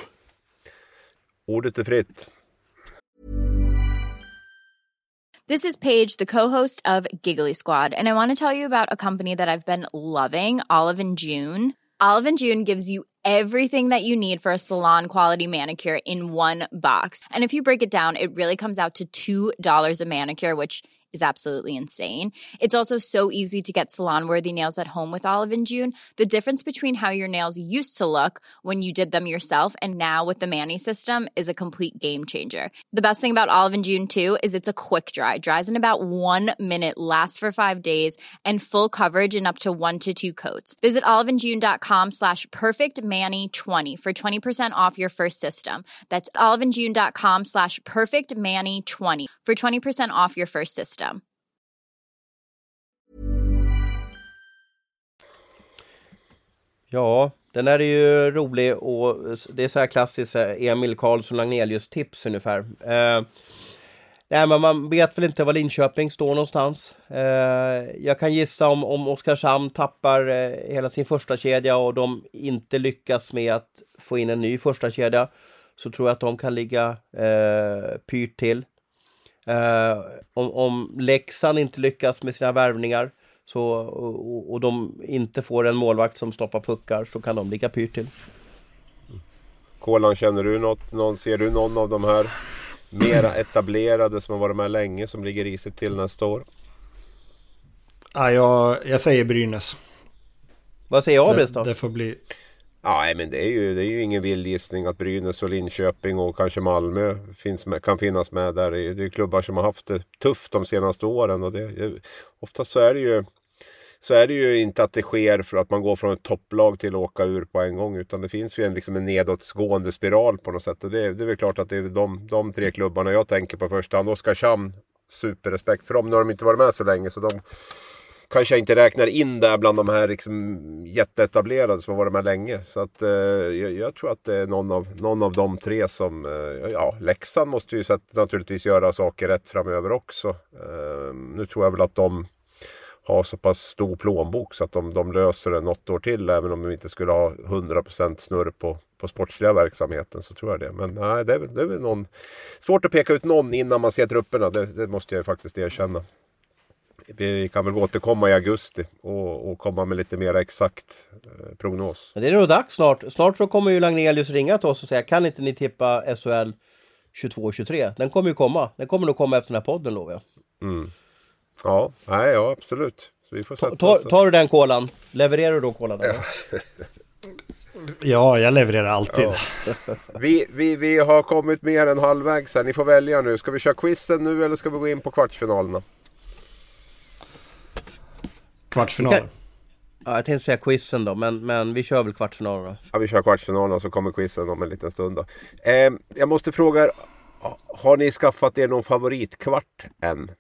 Ordet är fritt. This is Paige, the co-host of Giggly Squad, and I want to tell you about a company that I've been loving, Olive & June. Olive & June gives you everything that you need for a salon-quality manicure in one box. And if you break it down, it really comes out to $2 a manicure, which is absolutely insane. It's also so easy to get salon-worthy nails at home with Olive & June. The difference between how your nails used to look when you did them yourself and now with the Mani system is a complete game changer. The best thing about Olive & June, too, is it's a quick dry. Dries in about 1 minute, lasts for 5 days, and full coverage in up to 1 to 2 coats. Visit oliveandjune.com/perfectmani20 for 20% off your first system. That's oliveandjune.com/perfectmani20 for 20% off your first system. Ja, den är ju rolig och det är så här klassiskt Emil Karlsson Lagnelius tips ungefär. Nej, men man vet väl inte var Linköping står någonstans. Jag kan gissa om Oskarshamn tappar hela sin första kedja och de inte lyckas med att få in en ny första kedja, så tror jag att de kan ligga pyrt till. Om Leksand inte lyckas med sina värvningar och de inte får en målvakt som stoppar puckar, så kan de ligga pyrt till. Kolan, känner du ser du någon av de här mera etablerade som har varit med länge som ligger i sig till nästa år? Ja, jag säger Brynäs. Vad säger Abris då? Det får bli... Nej, men det är ju ingen vild gissning att Brynäs och Linköping och kanske Malmö kan finnas med där. Det är klubbar som har haft det tufft de senaste åren, och oftast så är det ju inte att det sker för att man går från ett topplag till att åka ur på en gång, utan det finns ju en nedåtgående spiral på något sätt, och det är väl klart att det är de tre klubbarna jag tänker på första hand. Oskarshamn, superrespekt för dem, nu har de inte varit med så länge, så de kanske jag inte räknar in där bland de här jätteetablerade som har varit med länge. Så att jag tror att det är någon av de tre som... Leksand måste ju naturligtvis göra saker rätt framöver också. Nu tror jag väl att de har så pass stor plånbok så att de löser det något år till, även om de inte skulle ha 100% snurr på sportsliga verksamheten, så tror jag det. Men nej, det är väl någon... Svårt att peka ut någon innan man ser trupperna, det måste jag faktiskt erkänna. Vi kan väl återkomma i augusti och komma med lite mer exakt prognos. Det är nog dags snart. Snart så kommer ju Lagnelius ringa till oss och säga, kan inte ni tippa SHL 22-23? Den kommer ju komma. Den kommer nog komma efter den här podden, lovar jag. Mm. Ja, absolut. Så vi får tar du den kolan? Levererar du då kolan? Ja, jag levererar alltid. Ja. Vi har kommit mer än halvvägs här. Ni får välja nu. Ska vi köra quizen nu eller ska vi gå in på kvartsfinalerna? Kvartsfinalen. Ja, jag tänkte säga quizen då, men vi kör väl kvartsfinalerna. Ja, vi kör kvartsfinalerna, så kommer quizen om en liten stund då. Jag måste fråga, har ni skaffat er någon favoritkvart än?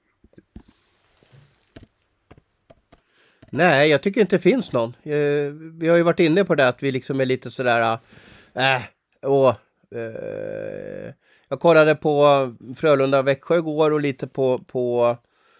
Nej, jag tycker inte det finns någon. Vi har ju varit inne på det att vi liksom är lite sådär... jag kollade på Frölunda-Växjö igår och lite på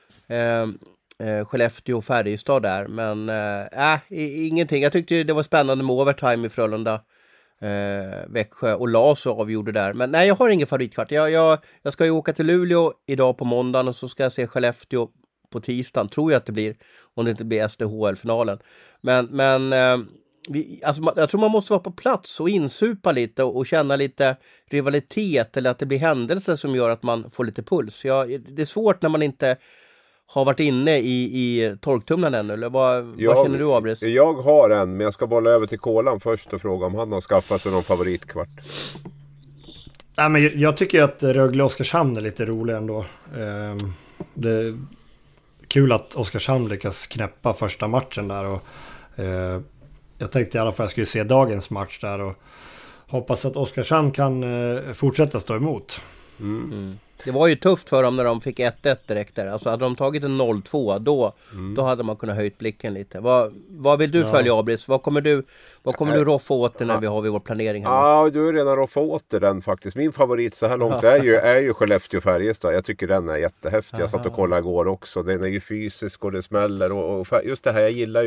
Skellefteå och Färjestad där. Men ingenting. Jag tyckte det var spännande med overtime i Frölunda. Växjö och Las avgjorde där. Men nej, jag har ingen favoritkvart. Jag ska ju åka till Luleå idag på måndagen och så ska jag se Skellefteå på tisdagen, tror jag att det blir, om det inte blir SDHL-finalen. Men jag tror man måste vara på plats och insupa lite och känna lite rivalitet, eller att det blir händelser som gör att man får lite puls. Det är svårt när man inte har varit inne i torktumlaren ännu, eller vad känner du, Abris? Jag har en, men jag ska bolla över till Kolan först och fråga om han har skaffat sig någon favoritkvart. Nej, men jag tycker att Rögle-Oskarshamn är lite rolig ändå. Det är kul att Oskarshamn lyckas knäppa första matchen där, och jag tänkte i alla fall att jag skulle se dagens match där och hoppas att Oskarshamn kan fortsätta stå emot. Det var ju tufft för dem när de fick 1-1 direkt där. Alltså hade de tagit en 0-2 då hade man kunnat höjt blicken lite. Vad vill du följa, Abris? Vad kommer du roffa åt när vi har vår planering här? Ja, du har redan roffa åt den faktiskt. Min favorit så här långt är ju Skellefteå-Färjestad. Jag tycker den är jättehäftig. Jag satt och kollade igår också. Den är ju fysisk och det smäller. Och just det här, jag gillar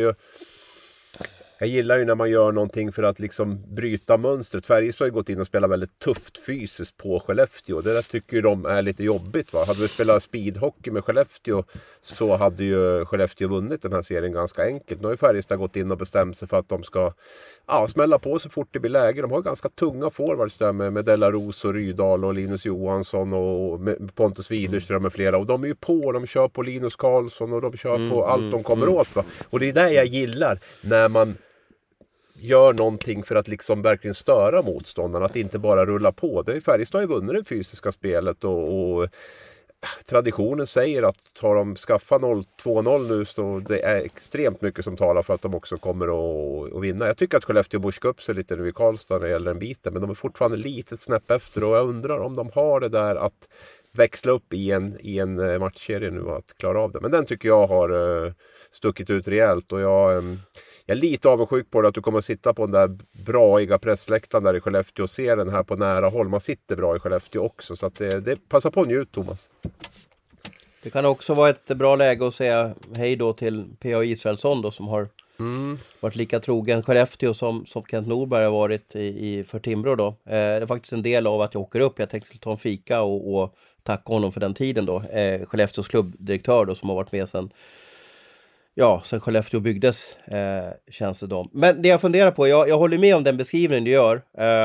ju när man gör någonting för att liksom bryta mönstret. Färjestad har ju gått in och spelat väldigt tufft fysiskt på Skellefteå. Det där tycker de är lite jobbigt, va? Hade vi spelat speedhockey med Skellefteå så hade ju Skellefteå vunnit den här serien ganska enkelt. Nu har ju Färjestad gått in och bestämt sig för att de ska smälla på så fort det blir läge. De har ganska tunga forwards där med Delaros och Rydal och Linus Johansson och Pontus Widerström med flera. Och de är ju de kör på Linus Karlsson och de kör på allt de kommer åt, va? Och det är där jag gillar när man gör någonting för att liksom verkligen störa motståndarna, att inte bara rulla på. Det är Färjestad har ju vunnit det fysiska spelet och traditionen säger att har de skaffat 2-0 nu så det är extremt mycket som talar för att de också kommer att vinna. Jag tycker att Skellefteå borskar upp sig lite nu i Karlstad när det gäller den biten, men de är fortfarande lite snäpp efter och jag undrar om de har det där att växla upp i en matchserie nu att klara av det. Men den tycker jag har stuckit ut rejält, och jag är lite avundsjuk på det, att du kommer att sitta på den där braiga pressläktaren där i Skellefteå och se den här på nära håll. Man sitter bra i Skellefteå också, så att det passar på njut, Thomas. Det kan också vara ett bra läge att säga hej då till P.A. Israelsson då, som har varit lika trogen Skellefteå som Kent Norberg har varit för Timrå då. Det är faktiskt en del av att jag åker upp. Jag tänkte ta en fika och tacka honom för den tiden då. Skellefteås klubbdirektör då, som har varit med sen Skellefteå byggdes, känns det då. Men det jag funderar på, jag håller med om den beskrivningen du gör.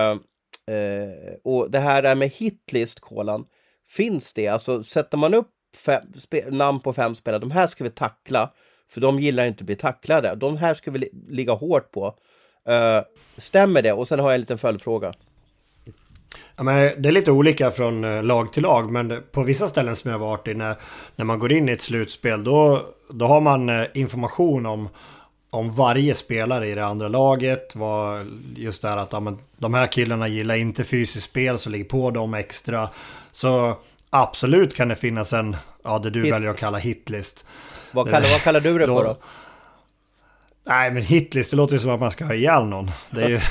Och det här med hitlist, Kolan, finns det? Alltså sätter man upp namn på 5 spelare, de här ska vi tackla, för de gillar inte att bli tacklade. De här ska vi ligga hårt på. Stämmer det? Och sen har jag en liten följdfråga. Ja, men det är lite olika från lag till lag, men på vissa ställen som jag har varit i, när man går in i ett slutspel, då har man information om varje spelare i det andra laget. Just det här att de här killarna gillar inte fysiskt spel, så ligger på dem extra. Så absolut kan det finnas det du väljer att kalla hitlist. Vad kallar du det för då? Nej, men hitlist, det låter ju som att man ska ha ihjäl någon. Det är ju...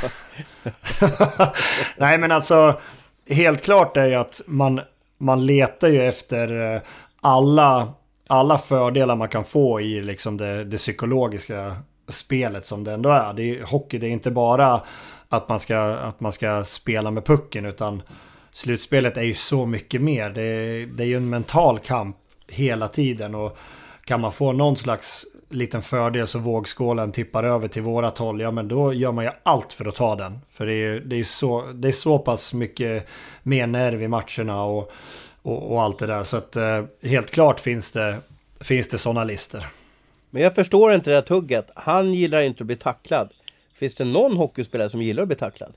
Nej, men alltså helt klart är ju att man letar ju efter alla fördelar man kan få i liksom det psykologiska spelet som det ändå är. Hockey, det är inte bara att man ska spela med pucken, utan slutspelet är ju så mycket mer. Det är ju en mental kamp hela tiden, och kan man få någon slags liten fördel så vågskålen tippar över till vårat håll, ja men då gör man ju allt för att ta den. För det är så pass mycket mer nerv i matcherna och allt det där. Så att helt klart finns det sådana lister. Men jag förstår inte det här tugget. Han gillar inte att bli tacklad. Finns det någon hockeyspelare som gillar att bli tacklad?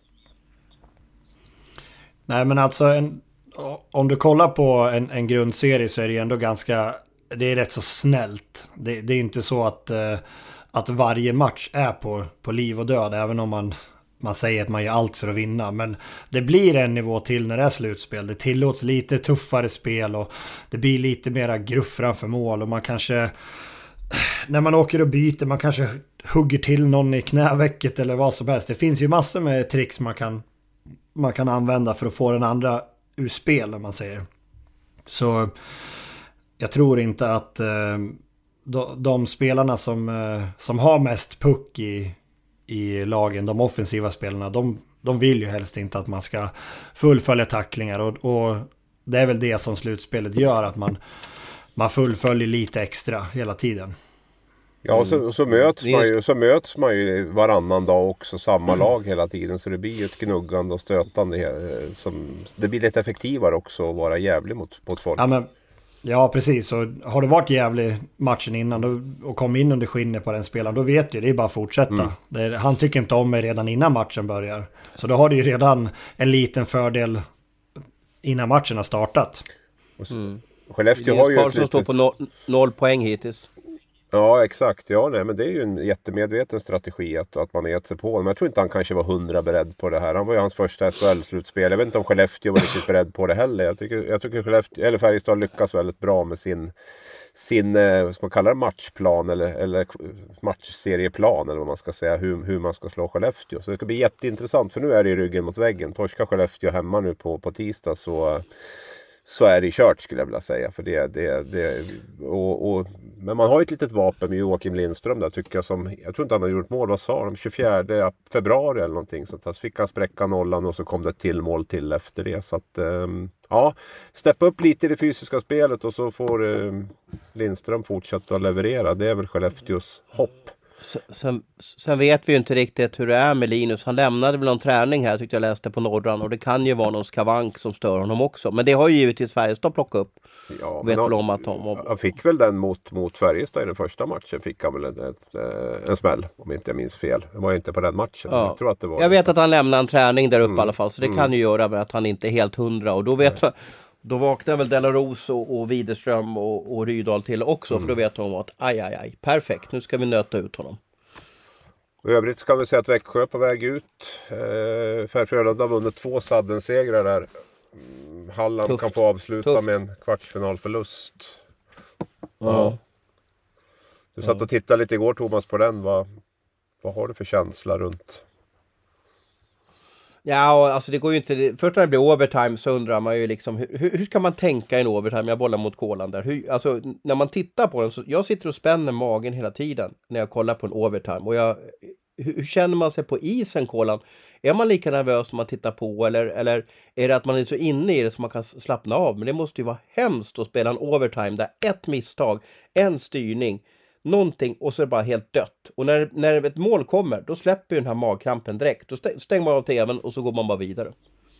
Nej, men alltså om du kollar på en grundserie, så är det ju ändå det är rätt så snällt. Det är inte så att varje match är på liv och död, även om man säger att man gör allt för att vinna. Men det blir en nivå till när det är slutspel. Det tillåts lite tuffare spel, och det blir lite mera gruff framför mål, och man kanske, när man åker och byter, man kanske hugger till någon i knävecket eller vad som helst. Det finns ju massor med tricks man kan använda för att få den andra ur spel, om man säger. Så jag tror inte att de spelarna som har mest puck i lagen, de offensiva spelarna, de vill ju helst inte att man ska fullfölja tacklingar, och det är väl det som slutspelet gör, att man fullföljer lite extra hela tiden. Ja, och så möts man ju varannan dag också, samma lag hela tiden, så det blir ju ett gnuggande och stötande det blir lite effektivare också att vara jävlig mot folk. Ja, precis. Och har du varit jävlig matchen innan och kom in under skinnet på den spelaren, då vet du, det är bara att fortsätta. Han tycker inte om mig redan innan matchen börjar. Så då har du ju redan en liten fördel innan matchen har startat. Skellefteå har ju Karlsson står på 0 poäng hittills. Ja, exakt. Ja, nej, men det är ju en jättemedveten strategi att man gett sig på. Men jag tror inte han kanske var 100 beredd på det här. Han var ju hans första SHL-slutspel. Jag vet inte om Skellefteå var riktigt beredd på det heller. Jag tycker Skellefteå, eller Färjestad, lyckas väldigt bra med sin vad ska man kalla det, matchplan eller matchserieplan, eller vad man ska säga, hur man ska slå Skellefteå. Så det ska bli jätteintressant, för nu är det i ryggen mot väggen. Torska Skellefteå hemma nu på tisdag, så är det kört, skulle jag vilja säga. För men man har ju ett litet vapen med Joakim Lindström där, tycker jag, jag tror inte han har gjort mål. Vad sa de? 24 februari eller någonting. Så fick han spräcka nollan, och så kom det ett till mål till efter det. Så att steppa upp lite i det fysiska spelet, och så får Lindström fortsätta att leverera. Det är väl Skellefteås hopp. Sen vet vi ju inte riktigt hur det är med Linus. Han lämnade väl någon träning här, tyckte jag läste på Norran, och det kan ju vara någon skavank som stör honom också. Men det har ju givetvis Färjestad plockat upp. Ja, vet väl om att han fick väl den mot Färjestad i den första matchen. Fick han väl en smäll, om inte jag minns fel. Det var inte på den matchen. Ja. Jag tror att det var. Jag vet att han lämnade en träning där uppe i alla fall. Så det kan ju göra med att han inte är helt 100. Och då vaknar väl Delaros och Widerström och Rydahl till också. För då vet de att aj, perfekt, nu ska vi nöta ut honom. I övrigt ska vi säga att Växjö är på väg ut. Frölunda har vunnit 2 Sadden-segrar där Halland Tufft. kan få avsluta Tufft. med en kvartsfinalförlust. Ja. Du satt och tittade lite igår, Thomas, på den. Vad har du för känsla runt? Ja, alltså det går ju inte. Först när det blir overtime så undrar man ju liksom hur ska man tänka i en overtime? Jag bollar mot Kolan där. Alltså när man tittar på den så jag sitter och spänner magen hela tiden när jag kollar på en overtime. Och hur känner man sig på isen, Kolan? Är man lika nervös när man tittar på eller är det att man är så inne i det så man kan slappna av? Men det måste ju vara hemskt att spela en overtime där ett misstag, en styrning, någonting och så är det bara helt dött. Och när ett mål kommer, då släpper ju den här magkrampen direkt. Då stänger man av tvn och så går man bara vidare.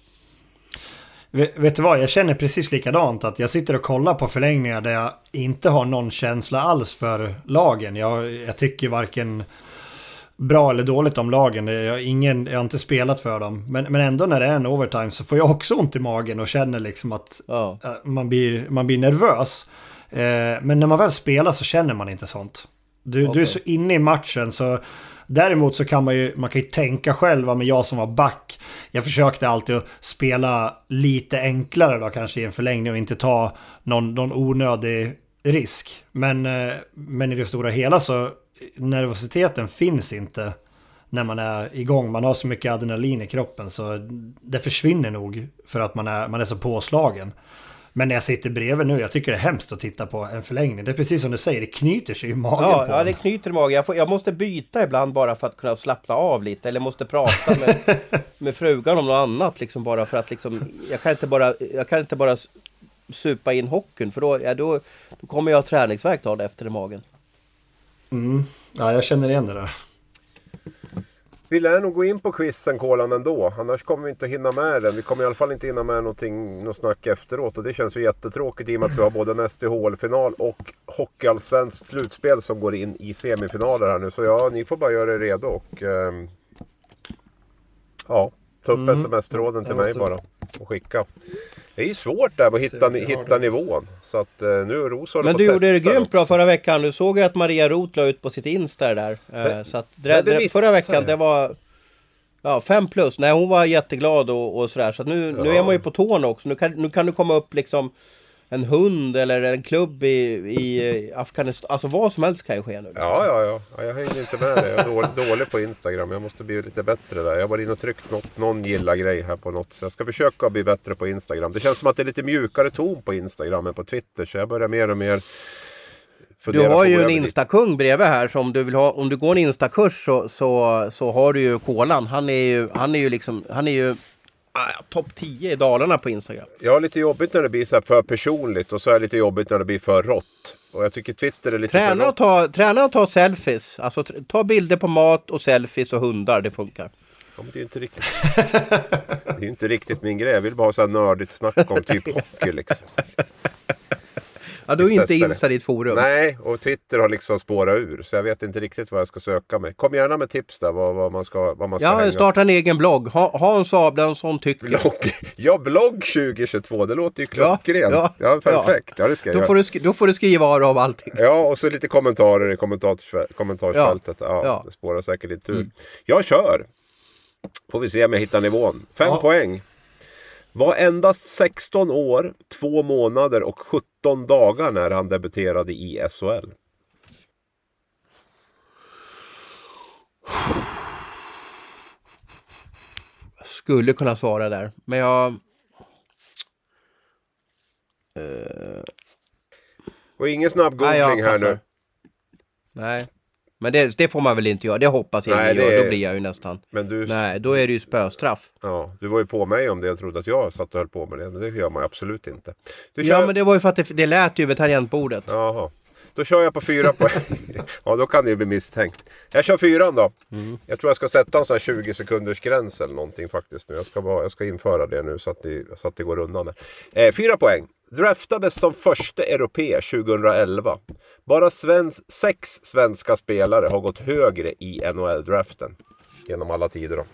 Vet du vad, jag känner precis likadant att jag sitter och kollar på förlängningar där jag inte har någon känsla alls för lagen. Jag tycker varken bra eller dåligt om lagen. Jag har inte spelat för dem. Men ändå när det är en overtime så får jag också ont i magen och känner liksom att man blir nervös. Men när man väl spelar så känner man inte sånt. Du är så inne i matchen så däremot så kan man ju tänka själv, men jag som var back, jag försökte alltid att spela lite enklare då kanske i en förlängning och inte ta någon onödig risk. Men i det stora hela så nervositeten finns inte när man är igång. Man har så mycket adrenalin i kroppen så det försvinner nog för att man är så påslagen. Men när jag sitter bredvid nu, jag tycker det är hemskt att titta på en förlängning. Det är precis som du säger, det knyter sig i magen på Ja, det knyter i magen. Jag måste byta ibland bara för att kunna slappna av lite. Eller måste prata med frugan om något annat. Liksom bara för att liksom, jag kan inte bara supa in hockeyn. För då kommer jag ha träningsvärk av det efter i magen. Ja, jag känner igen det där. Vi lär nog gå in på quizen, Kolan, ändå. Annars kommer vi inte hinna med den. Vi kommer i alla fall inte hinna med något snack efteråt. Och det känns ju jättetråkigt i och med att vi har både en SDHL-final och hockeyallsvensk slutspel som går in i semifinaler här nu. Så ja, ni får bara göra er redo och ta upp sms-tråden till mig bara och skicka. Det är ju svårt där att hitta nivån. Så att nu är Ros håller på att testa. Men du gjorde det grymt bra förra veckan. Du såg ju att Maria Roth la ut på sitt Insta där. Så att förra veckan det var 5+. Nej, hon var jätteglad och sådär. Så att nu är man ju på tårna också. Nu kan du komma upp liksom en hund eller en klubb i Afghanistan. Alltså vad som helst kan ju ske nu. Ja. Jag hänger inte med det. Jag är dålig på Instagram. Jag måste bli lite bättre där. Jag var inne och tryckt någon gilla-grej här på något. Så jag ska försöka bli bättre på Instagram. Det känns som att det är lite mjukare ton på Instagram än på Twitter. Så jag börjar mer och mer fundera. Du har ju en Instakung bredvid här. Så om du går en Instakurs så har du ju Kolan. Han är ju topp 10 i Dalarna på Instagram. Jag har lite jobbigt när det blir så här för personligt. Och så är det lite jobbigt när det blir för rått. Och jag tycker Twitter är lite för rått. Träna och ta selfies. Alltså ta bilder på mat och selfies och hundar. Det funkar. Ja, men det är ju inte riktigt. Det är ju inte riktigt min grej. Jag vill bara ha så här nördigt snack om typ hockey liksom. Ja, du är inte insatt i ett forum. Nej, och Twitter har liksom spårat ur. Så jag vet inte riktigt vad jag ska söka med. Kom gärna med tips där, vad man ska hänga. Starta en egen blogg. Hans Abrahamsson tycker. Blogg 2022. Det låter ju klockrent. Ja, perfekt. Ja, det ska jag göra. Då får du skriva av allting. Ja, och så lite kommentarer i kommentarsfältet. Ja, det spårar säkert lite ur. Jag kör. Får vi se om jag hittar nivån. 5 poäng. Var endast 16 år, 2 månader och 17 dagar när han debuterade i SHL. Jag skulle kunna svara där, men jag... Och ingen snabb googling här nu. Nej. Men det får man väl inte göra. Det hoppas jag inte gör. Då blir jag ju nästan. Nej, då är det ju spöstraff. Ja, du var ju på mig om det. Jag trodde att jag satt och höll på med det. Men det gör man absolut inte. Men det var ju för att det lät ju vid tangentbordet. Jaha. Då kör jag på 4 poäng. Ja, då kan det ju bli misstänkt. Jag kör 4 då. Jag tror jag ska sätta en sån här 20 sekunders gräns eller någonting faktiskt nu. Jag ska införa det nu så att det går undan. 4 poäng. Draftades som första europé 2011. Bara 6 svenska spelare har gått högre i NHL-draften genom alla tider då.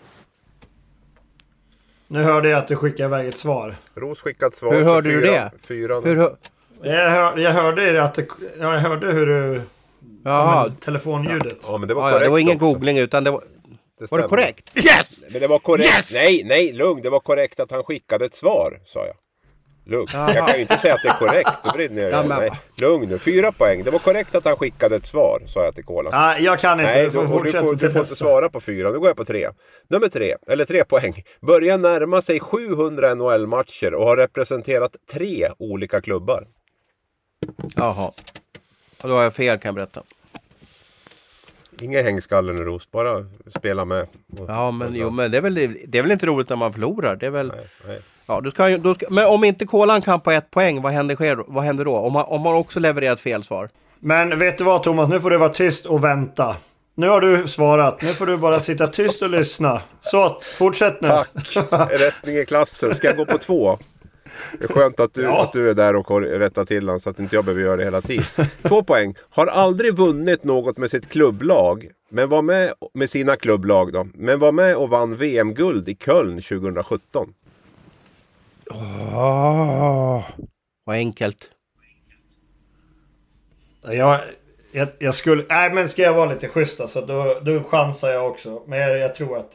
Nu hörde jag att du skickade iväg ett svar. Ros skickat svar. Hur hörde du det? 4. Jag hörde att jag hörde hur du... Jaha. Telefonljudet. Ja, men det var korrekt. Det var ingen också. googling utan det var... Var det korrekt? Yes! Men det var korrekt. Yes! Nej, lugn. Det var korrekt att han skickade ett svar, sa jag. Lugn. Jag kan ju inte säga att det är korrekt. Då brinner jag. Nej. Lugn nu. 4 poäng. Det var korrekt att han skickade ett svar, sa jag till Kolan. Nej, jag kan inte. Nej, du får fortsätta du får inte svara på 4. Nu går jag på 3. Nummer 3, eller 3 poäng. Börjar närma sig 700 NHL-matcher och har representerat 3 olika klubbar. Jaha. Och då har jag fel, kan jag berätta. Inga hängskallen nu, Ros. Bara spela med. Ja, men men det är väl inte roligt när man förlorar. Det är väl... Nej. Ja, men om inte Kolan kan på 1 poäng, vad händer då? Om man också levererar ett fel svar. Men vet du vad, Thomas? Nu får du vara tyst och vänta. Nu har du svarat. Nu får du bara sitta tyst och lyssna. Så, fortsätt nu. Tack. Rättning i klassen. Ska jag gå på 2? Det är skönt att du är där och rättar till honom så att inte jag behöver göra det hela tiden. 2 poäng. Har aldrig vunnit något med sitt klubblag. Men var med sina klubblag då. Men var med och vann VM-guld i Köln 2017. Vad enkelt. Jag skulle... Nej, men ska jag vara lite schysst alltså, då chansar jag också. Men jag tror att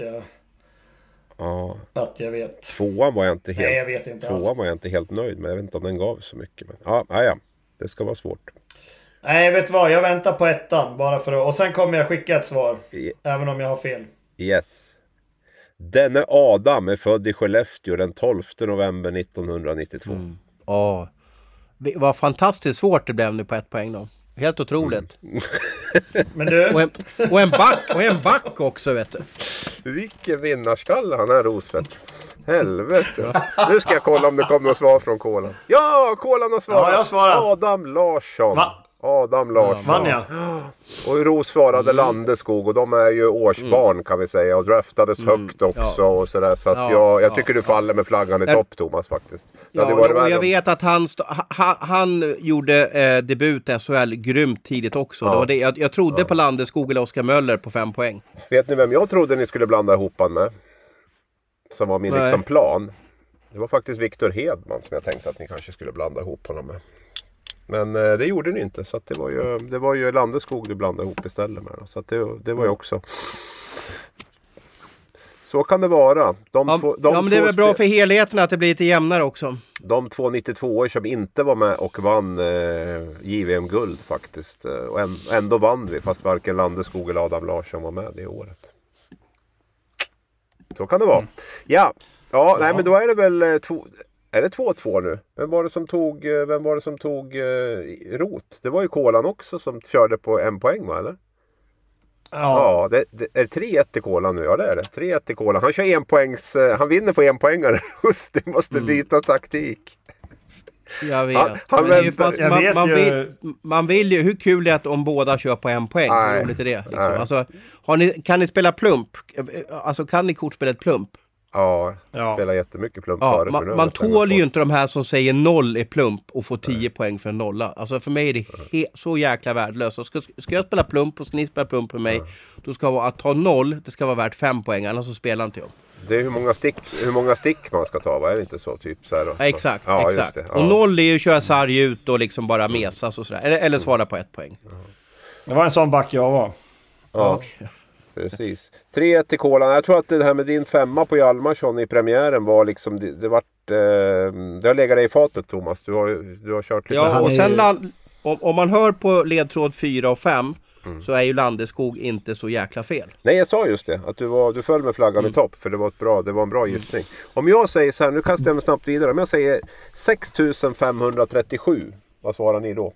jag vet. 2 var jag inte helt... Nej, jag vet inte 2 var jag inte helt nöjd med. Jag vet inte om den gav så mycket. Men ja. Det ska vara svårt. Nej, vet vad? Jag väntar på 1 bara för att... Och sen kommer jag skicka ett svar. Även om jag har fel. Yes. Denne Adam är född i Skellefteå den 12 november 1992. Vad fantastiskt svårt det blev nu på 1 poäng då. Helt otroligt. Men du... och en back också, vet du. Vilken vinnarskalle han är, Rosfeldt. Helvete. Nu ska jag kolla om det kommer något svar från Kolan. Ja, Kolan har svarat. Ja, jag har svarat. Adam Larsson. Adam Larsson. Vann jag? Och Ros svarade Landeskog. Och de är ju årsbarn kan vi säga. Och draftades högt också. Och sådär. Så att jag tycker du faller med flaggan i topp, Thomas, faktiskt. Och jag vet att han gjorde debut i SHL grymt tidigt också. Det var det, jag trodde på Landeskog eller Oskar Möller på 5 poäng. Vet ni vem jag trodde ni skulle blanda ihop han med? Som var min liksom plan. Det var faktiskt Victor Hedman som jag tänkte att ni kanske skulle blanda ihop honom med. Men det gjorde ni inte. Så att det var ju Landeskog du blandade ihop istället med. Så att det var ju också... Så kan det vara. Men det är väl bra för helheten att det blir lite jämnare också. De 2 92-år som inte var med och vann JVM-guld faktiskt. Och ändå vann vi fast varken Landeskog eller Adam Larsson var med det året. Så kan det vara. Ja, nej men då är det väl är det 2-2 nu? Vem var det som tog Rot? Det var ju Kolan också som körde på 1 poäng, va, eller? Ja, det är 3-1 till Kolan nu. Ja, det är det. 3-1 till Kolan. Han kör 1 poängs, han vinner på 1 poängare. Det måste byta taktik. Jag vet. Man vill ju, hur kul är det att om båda kör på 1 poäng? Hur roligt är det? Liksom. Alltså, kan ni spela plump? Alltså kan ni kortspela ett plump? Ja, spelar jättemycket plump förut. Man tål ju inte de här som säger 0 i plump och får 10 poäng för en nolla. Alltså för mig är det så jäkla värdelöst. Så ska jag spela plump och ska ni spela plump med mig, då ska att ta 0, det ska vara värt 5 poäng, annars så spelar inte jag. Det är hur många stick man ska ta, va? Är det inte så? Typ så här då? Ja, exakt. Just det. Ja. Och 0 är ju att köra sarg ut och liksom bara mesas och sådär. Eller svara på 1 poäng. Det var en sån back jag var. Ja. Precis. 3-1 till Kolan. Jag tror att det här med din 5 på Hjalmarsson i premiären var liksom det har legat dig i fatet, Thomas. Du har kört lite. Ja, och sen om man hör på ledtråd 4 och 5 så är ju Landeskog inte så jäkla fel. Nej, jag sa just det. Att du föll med flaggan i topp. För det var en bra gissning. Om jag säger så här, nu kastar jag mig snabbt vidare. Om jag säger 6537, vad svarar ni då?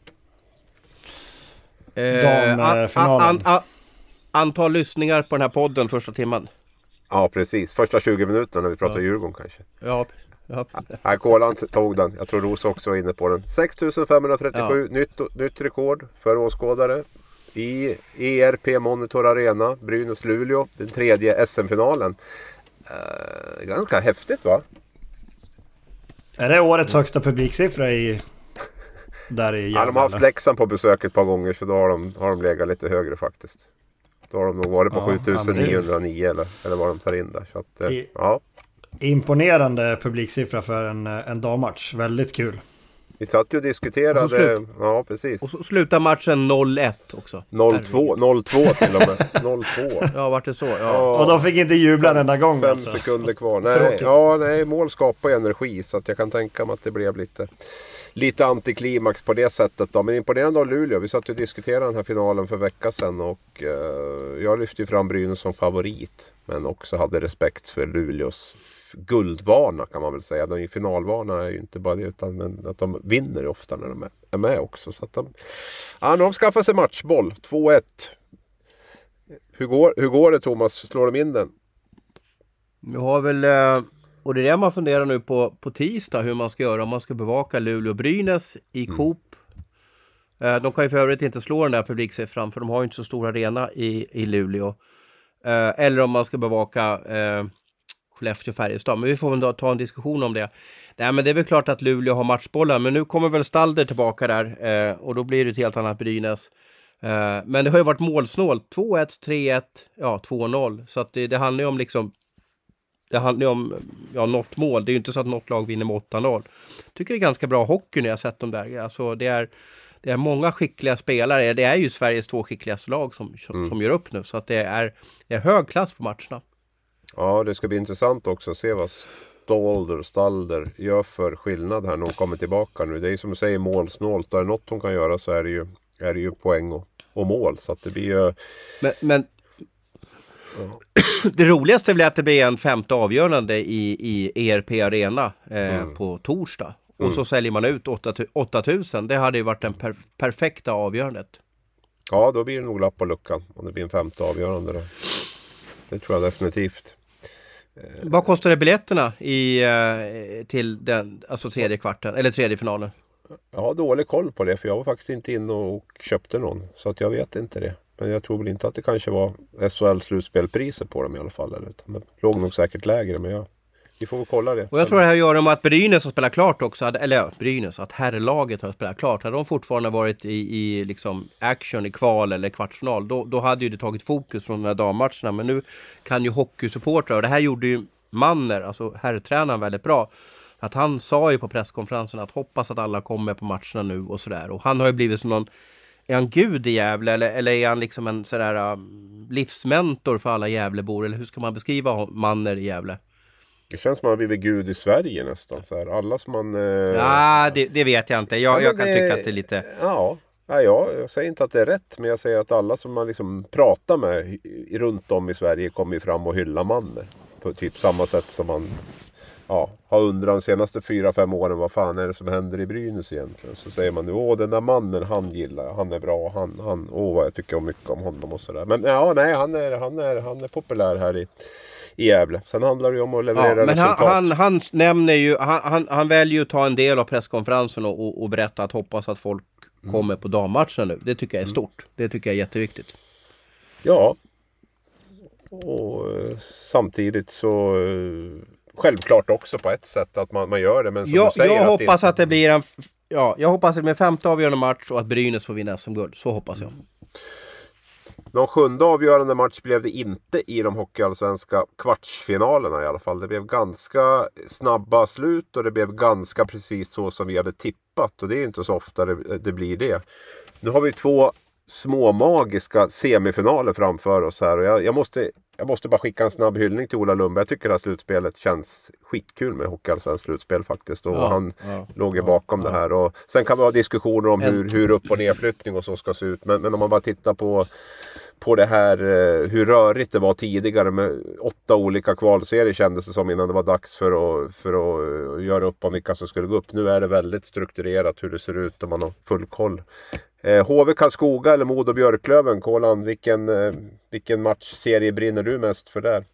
Damfinalen. Antal lyssningar på den här podden första timmen. Ja, precis. Första 20 minuterna när vi pratar Djurgården kanske. Ja. Här Kolan tog den. Jag tror Rosa också var inne på den. 6537, nytt rekord för åskådare i ERP Monitor Arena, Brynäs Luleå, den 3:e SM-finalen. Ganska häftigt, va? Är det årets högsta publiksiffra där i ja, de har haft Leksand på besök ett par gånger, så då har de legat lite högre faktiskt. Då har de nog varit på 7909 eller vad de tar in där. Så att, imponerande publiksiffra för en dammatch. Väldigt kul. Vi satt ju och diskuterade. Ja, precis. Och så slutar matchen 0-1 också. 0-2 till och med. 0-2. Ja, vart det så? Ja. Och de fick inte jubla den där gången. 5 sekunder kvar. Nej, mål skapar energi, så att jag kan tänka mig att det blev lite antiklimax på det sättet då. Men imponerande av Luleå. Vi satt ju och diskuterade den här finalen för vecka sedan, och jag lyfte ju fram Brynäs som favorit, men också hade respekt för Luleås guldvana, kan man väl säga. Den finalvana är ju inte bara det, utan att de vinner ofta när de är med också. Så att nu har de skaffat sig matchboll. 2-1. Hur går det, Thomas? Slår de in den? Nu har väl... Och det är det man funderar nu på tisdag, hur man ska göra om man ska bevaka Luleå och Brynäs i Coop. De kan ju för övrigt inte slå den där publiksiffran, för de har ju inte så stor arena i Luleå. Eller om man ska bevaka Skellefteå och Färjestad. Men vi får väl ta en diskussion om det. Nej, men det är väl klart att Luleå har matchbollar, men nu kommer väl Stalder tillbaka där. Och då blir det ett helt annat Brynäs. Men det har ju varit målsnålt. 2-1, 3-1, 2-0. Så att det handlar ju om liksom... Det handlar ju om något mål. Det är ju inte så att något lag vinner med 8-0. Tycker det är ganska bra hockey när jag sett dem där. Alltså det är många skickliga spelare. Det är ju Sveriges 2 skickligaste lag som gör upp nu. Så att det är hög klass på matcherna. Ja, det ska bli intressant också att se vad Stalder gör för skillnad här när de kommer tillbaka nu. Det är ju som du säger målsnålt. Är det något de kan göra så är det ju poäng och mål. Så att det blir ju... Men det roligaste är väl att det blir en 5:e avgörande i ERP Arena på torsdag. Och så säljer man ut 8000. Det hade ju varit den perfekta avgörandet. Ja, då blir det nog lapp på luckan om det blir en 5:e avgörande då. Det tror jag definitivt. Vad kostar det biljetterna till den, alltså tredje kvarten eller tredje finalen? Jag har dålig koll på det, för jag var faktiskt inte inne och köpte någon, så att jag vet inte det. Men jag tror väl inte att det kanske var SHL-slutspelpriser på dem i alla fall. Utan det låg nog säkert lägre, men vi får väl kolla det. Och jag tror det här gör de att Brynäs har spelat klart också. Att herrlaget har spelat klart. Hade de fortfarande varit i liksom action i kval eller kvartsfinal, då hade ju det tagit fokus från de här dammatcherna. Men nu kan ju hockeysupportrar, och det här gjorde ju Manner, alltså herrtränaren, väldigt bra. Att han sa ju på presskonferensen att hoppas att alla kommer på matcherna nu och sådär. Och han har ju blivit som någon... Är han gud i Gävle eller är han liksom en sådär livsmentor för alla Gävlebor? Eller hur ska man beskriva Manner i Gävle? Det känns som att han har blivit gud i Sverige nästan. Så här. Alla som man... Ja, det vet jag inte. Jag kan tycka att det är lite... Ja, jag säger inte att det är rätt. Men jag säger att alla som man liksom pratar med runt om i Sverige kommer fram och hylla Manner. På typ samma sätt som man... Ja, har undrat de senaste 4-5 åren vad fan är det som händer i Brynäs egentligen. Så säger man nu, den där mannen, han gillar jag, han är bra, han vad jag tycker mycket om honom och sådär. Men ja, nej, han är populär här i Gävle. Sen handlar det ju om att leverera resultat. Men han nämner ju, han väljer ju att ta en del av presskonferensen och berätta att hoppas att folk kommer på dammatcherna nu. Det tycker jag är stort. Det tycker jag är jätteviktigt. Ja. Och samtidigt så... Självklart också på ett sätt att man gör det, men som du säger... Jag hoppas att det blir jag hoppas att det blir en 5:e avgörande match och att Brynäs får vinna SM-guld. Så hoppas jag. Någon 7:e avgörande match blev det inte i de hockeyallsvenska kvartsfinalerna i alla fall. Det blev ganska snabba slut och det blev ganska precis så som vi hade tippat. Och det är inte så ofta det blir det. Nu har vi 2 små magiska semifinaler framför oss här. Och jag måste bara skicka en snabb hyllning till Ola Lundberg. Jag tycker det här slutspelet känns skitkul med hockeyallsvensk slutspel faktiskt. Och han låg ju bakom det här. Och sen kan vi ha diskussioner om hur upp- och nedflyttning och så ska se ut. Men om man bara tittar på det här, hur rörigt det var tidigare med 8 olika kvalserier kändes det som innan det var dags för att göra upp om vilka som skulle gå upp. Nu är det väldigt strukturerat hur det ser ut och man har full koll. HV Karlskoga eller Modo Björklöven, Kolan, vilken matchserie brinner du mest för där?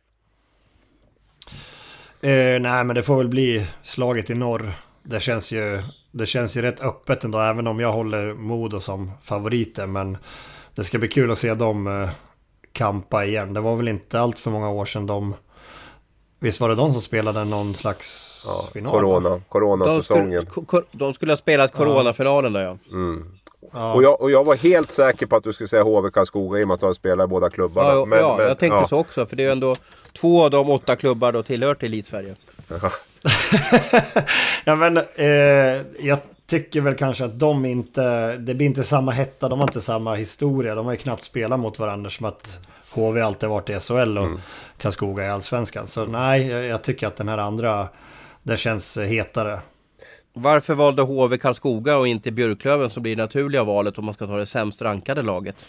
Nej, men det får väl bli slaget i norr. Det känns ju rätt öppet ändå, även om jag håller Modo som favoriter. Men det ska bli kul att se dem kampa igen. Det var väl inte allt för många år sedan visst var det de som spelade någon slags final? Coronasäsongen. De skulle ha spelat coronafinalen där, ja. Mm. Ja. Och jag var helt säker på att du skulle säga HV Karlskoga i och med att de spelar i båda klubbarna. Men jag tänkte så också, för det är ju ändå 2 av de 8 klubbar då tillhör till Elitsverige. Ja, men jag tycker väl kanske att det blir inte samma hetta, de har inte samma historia, de har ju knappt spelat mot varandra som att HV alltid varit i SHL och Karlskoga i Allsvenskan. Så nej, jag tycker att den här andra, det känns hetare. Varför valde HV Karlskoga och inte Björklöven som blir det naturliga valet om man ska ta det sämst rankade laget?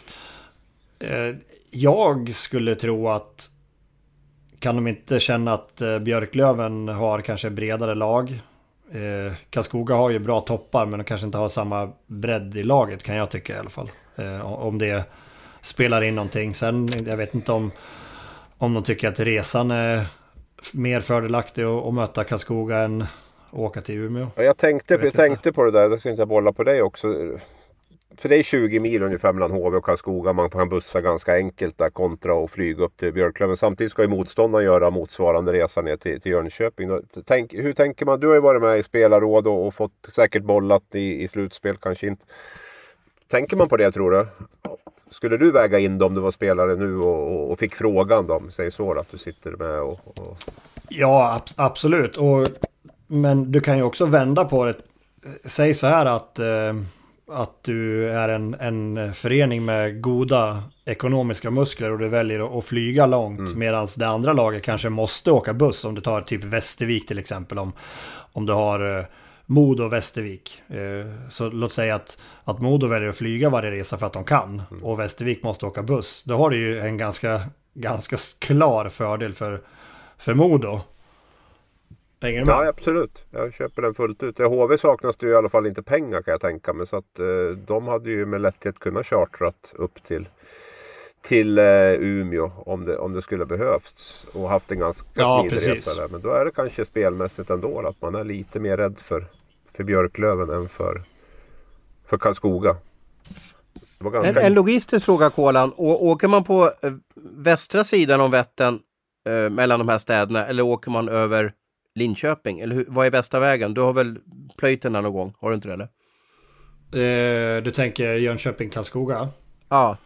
Jag skulle tro att kan de inte känna att Björklöven har kanske bredare lag. Karlskoga har ju bra toppar men de kanske inte har samma bredd i laget, kan jag tycka i alla fall. Om det spelar in någonting. Sen jag vet inte om de tycker att resan är mer fördelaktig att möta Karlskoga än att åka till Umeå. Jag tänkte på det där, jag ska inte bolla på dig också. För det är 20 mil ungefär mellan HV och Karlskoga. Man kan bussa ganska enkelt där kontra och flyga upp till Björklöven. Samtidigt ska ju motståndaren göra motsvarande resa ner till Jönköping. Hur tänker man? Du har ju varit med i spelarråd och fått säkert bollat i slutspel, kanske inte. Tänker man på det, tror du? Skulle du väga in dem om du var spelare nu och fick frågan då? Säg så att du sitter med och... Ja, absolut. Men du kan ju också vända på det. Säg så här att du är en förening med goda ekonomiska muskler och du väljer att flyga långt medan det andra laget kanske måste åka buss. Om du tar typ Västervik till exempel, om du har Modo och Västervik. Så låt säga att Modo väljer att flyga varje resa för att de kan och Västervik måste åka buss. Då har du ju en ganska klar fördel för Modo. Ja, absolut. Jag köper den fullt ut. I HV saknas det ju i alla fall inte pengar, kan jag tänka mig. Så att de hade ju med lätthet kunnat chartrat upp till Umeå om det skulle behövts. Och haft en ganska smidig resa där. Men då är det kanske spelmässigt ändå att man är lite mer rädd för Björklöven än för Karlskoga. En logistisk fråga, Kolan. Åker man på västra sidan om Vättern mellan de här städerna eller åker man över Linköping? Eller vad är bästa vägen? Du har väl plöjt den här någon gång? Har du inte det, eller? Du tänker Jönköping, Karlskoga? Ja.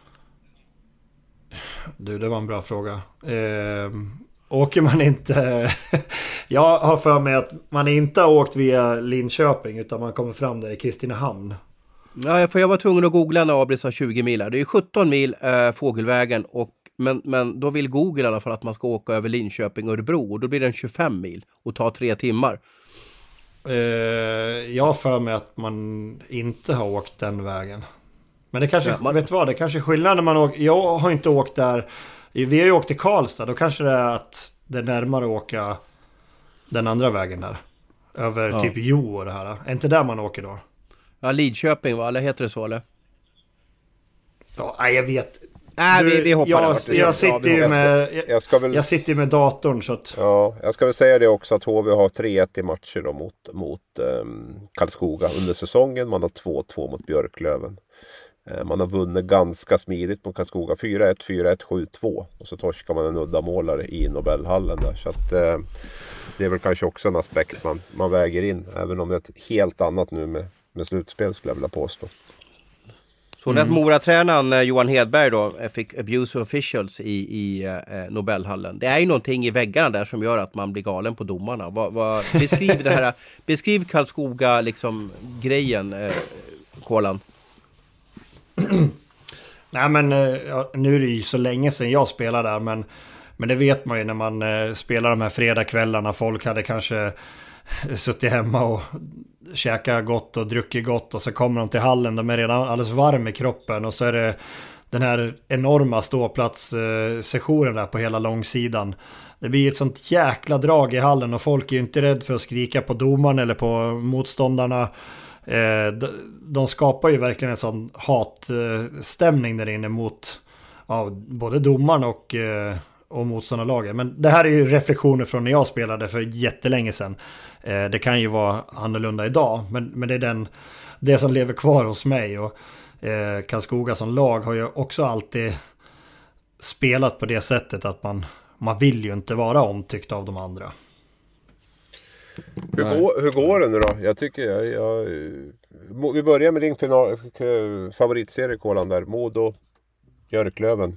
Du, det var en bra fråga. Åker man inte... Jag har för mig att man inte har åkt via Linköping utan man kommer fram där i Kristinehamn. Ja, för jag var tvungen att googla när Abris har 20 mil. Det är 17 mil fågelvägen men då vill Google i alla fall att man ska åka över Linköping och Örebro och då blir det 25 mil och tar 3 timmar. Jag har för mig att man inte har åkt den vägen. Men det kanske, vet du vad, det kanske är skillnad när man åker. Jag har inte åkt där. Vi har ju åkt till Karlstad, då kanske det är att det är närmare att åka den andra vägen där. Över typ Jo och det här. Är inte där man åker då? Ja, Lidköping, va? Eller heter det så, eller? Ja, jag vet. Vi hoppar jag sitter ju med datorn så att... Ja, jag ska väl säga det också att HV har 3-1 i matcher då mot Karlskoga under säsongen. Man har 2-2 mot Björklöven. Man har vunnit ganska smidigt mot Karlskoga. 4-1, 4-1, 7-2. Och så torskar man en uddamålare i Nobelhallen där. Så att det är väl kanske också en aspekt man väger in. Även om det är ett helt annat nu med slutspel, skulle jag vilja påstå. Så att Mora-tränaren Johan Hedberg då fick abuse officials i Nobelhallen. Det är ju någonting i väggarna där som gör att man blir galen på domarna. Beskriv Karlskoga liksom grejen, Kolan. Nej men nu är det ju så länge sedan jag spelade där, men det vet man ju när man spelar de här fredagskvällarna. Folk hade kanske suttit hemma och käkat gott och druckit gott och så kommer de till hallen, de är redan alldeles varm i kroppen och så är det den här enorma ståplats-sessionen där på hela långsidan. Det blir ett sånt jäkla drag i hallen och folk är ju inte rädd för att skrika på domaren eller på motståndarna. De skapar ju verkligen en sån hatstämning där inne mot både domaren och motståndarlaget. Men det här är ju reflektioner från när jag spelade för jättelänge sedan. Det kan ju vara annorlunda idag, men det är det som lever kvar hos mig. Och Karlskoga som lag har ju också alltid spelat på det sättet att man vill ju inte vara omtyckt av de andra. Hur går det nu då? Jag tycker vi börjar med din favoritserie, Kolan, där Modo, Björklöven.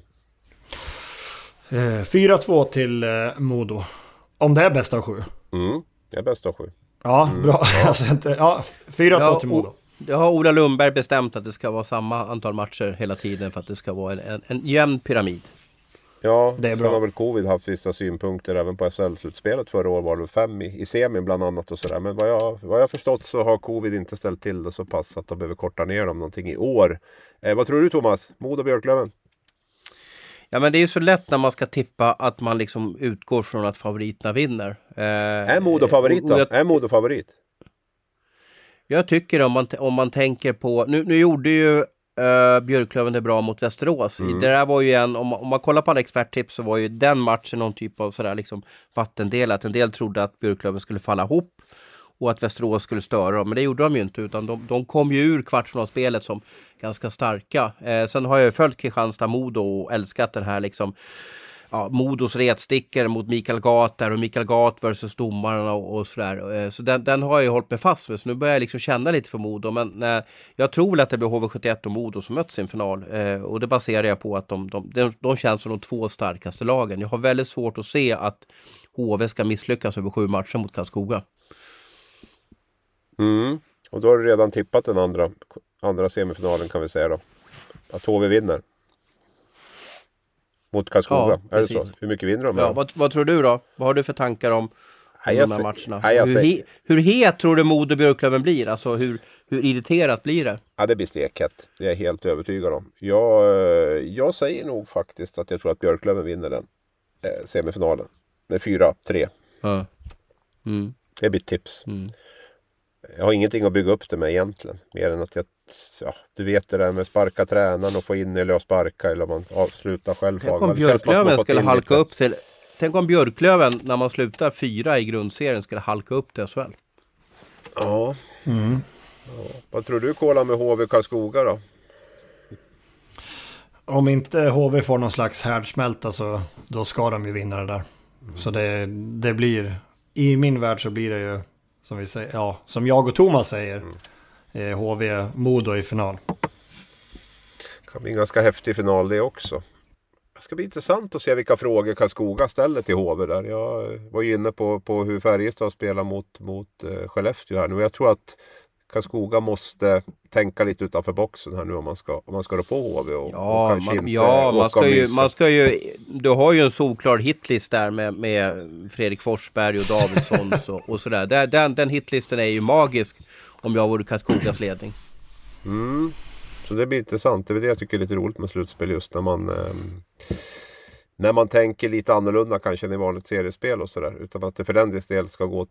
4-2 till Modo. Om det är bäst av 7. Det är bäst av 7. Ja, bra. Alltså, 4-2 till Modo. Det har Ola Lundberg bestämt att det ska vara samma antal matcher hela tiden för att det ska vara en jämn pyramid. Ja, det är bra. Sen har väl covid haft vissa synpunkter även på SHL-slutspelet. Förra året var det 5 i semin bland annat och sådär. Men vad jag förstått så har covid inte ställt till det så pass att de behöver korta ner dem någonting i år. Vad tror du, Thomas? Modo Björklöven? Ja, men det är ju så lätt när man ska tippa att man liksom utgår från att favoriterna vinner. Är Modo favorit då? Är Modo favorit? Jag tycker om man tänker på... Nu gjorde ju Björklöven det bra mot Västerås. Det där var ju om man kollar på alla experttips så var ju den matchen någon typ av sådär liksom vattendelat. En del trodde att Björklöven skulle falla ihop och att Västerås skulle störa dem. Men det gjorde de ju inte, utan de kom ju ur kvartsfinalspelet som ganska starka. Sen har jag ju följt Kristianstad-Modo och älskat den här liksom... Ja, Modos retstickor mot Mikael Gat där och Mikael Gat versus domarna och sådär. Så den har jag ju hållit mig fast med. Så nu börjar jag liksom känna lite för Modo. Men jag tror väl att det blir HV71 och Modo som möts i en final. Och det baserar jag på att de känns som de 2 starkaste lagen. Jag har väldigt svårt att se att HV ska misslyckas över 7 matcher mot Karlskoga. Och då har du redan tippat den andra semifinalen kan vi säga då. Att HV vinner. Mot Karlskoga, är det så? Hur mycket vinner de? Ja, vad tror du då? Vad har du för tankar om de här matcherna? Hur het tror du Modo Björklöven blir? Alltså hur irriterat blir det? Ja, det blir stekhett. Det är jag helt övertygad om. Jag säger nog faktiskt att jag tror att Björklöven vinner den semifinalen. Med 4-3. Det blir tips. Jag har ingenting att bygga upp det med egentligen. Mer än att du vet det där med sparka tränaren och få in eller att sparka eller om man avslutar själv. Tänk om Björklöven skulle halka upp till... Tänk om Björklöven när man slutar 4 i grundserien skulle halka upp till SHL. Ja. Vad tror du, Kola, med HV Karlskoga då? Om inte HV får någon slags härdsmälta så då ska de ju vinna det där. Så det blir... I min värld så blir det ju... Som vi säger, som jag och Thomas säger, HV Modo i final. Kan bli en ganska häftig final det också. Det ska bli intressant att se vilka frågor Karlskoga ställer till HV där. Jag var ju inne på hur Färjestad spelar mot Skellefteå här nu. Jag tror att Karlskoga måste tänka lite utanför boxen här nu om man ska rå på HV och kanske man ska ju du har ju en solklar hitlist där med Fredrik Forsberg och Davidsson och sådär. Den hitlisten är ju magisk om jag vore Karlskogas ledning. Så det blir intressant. Det är det jag tycker är lite roligt med slutspel just när man tänker lite annorlunda kanske än i vanligt seriespel och sådär. Utan att det för den del ska gå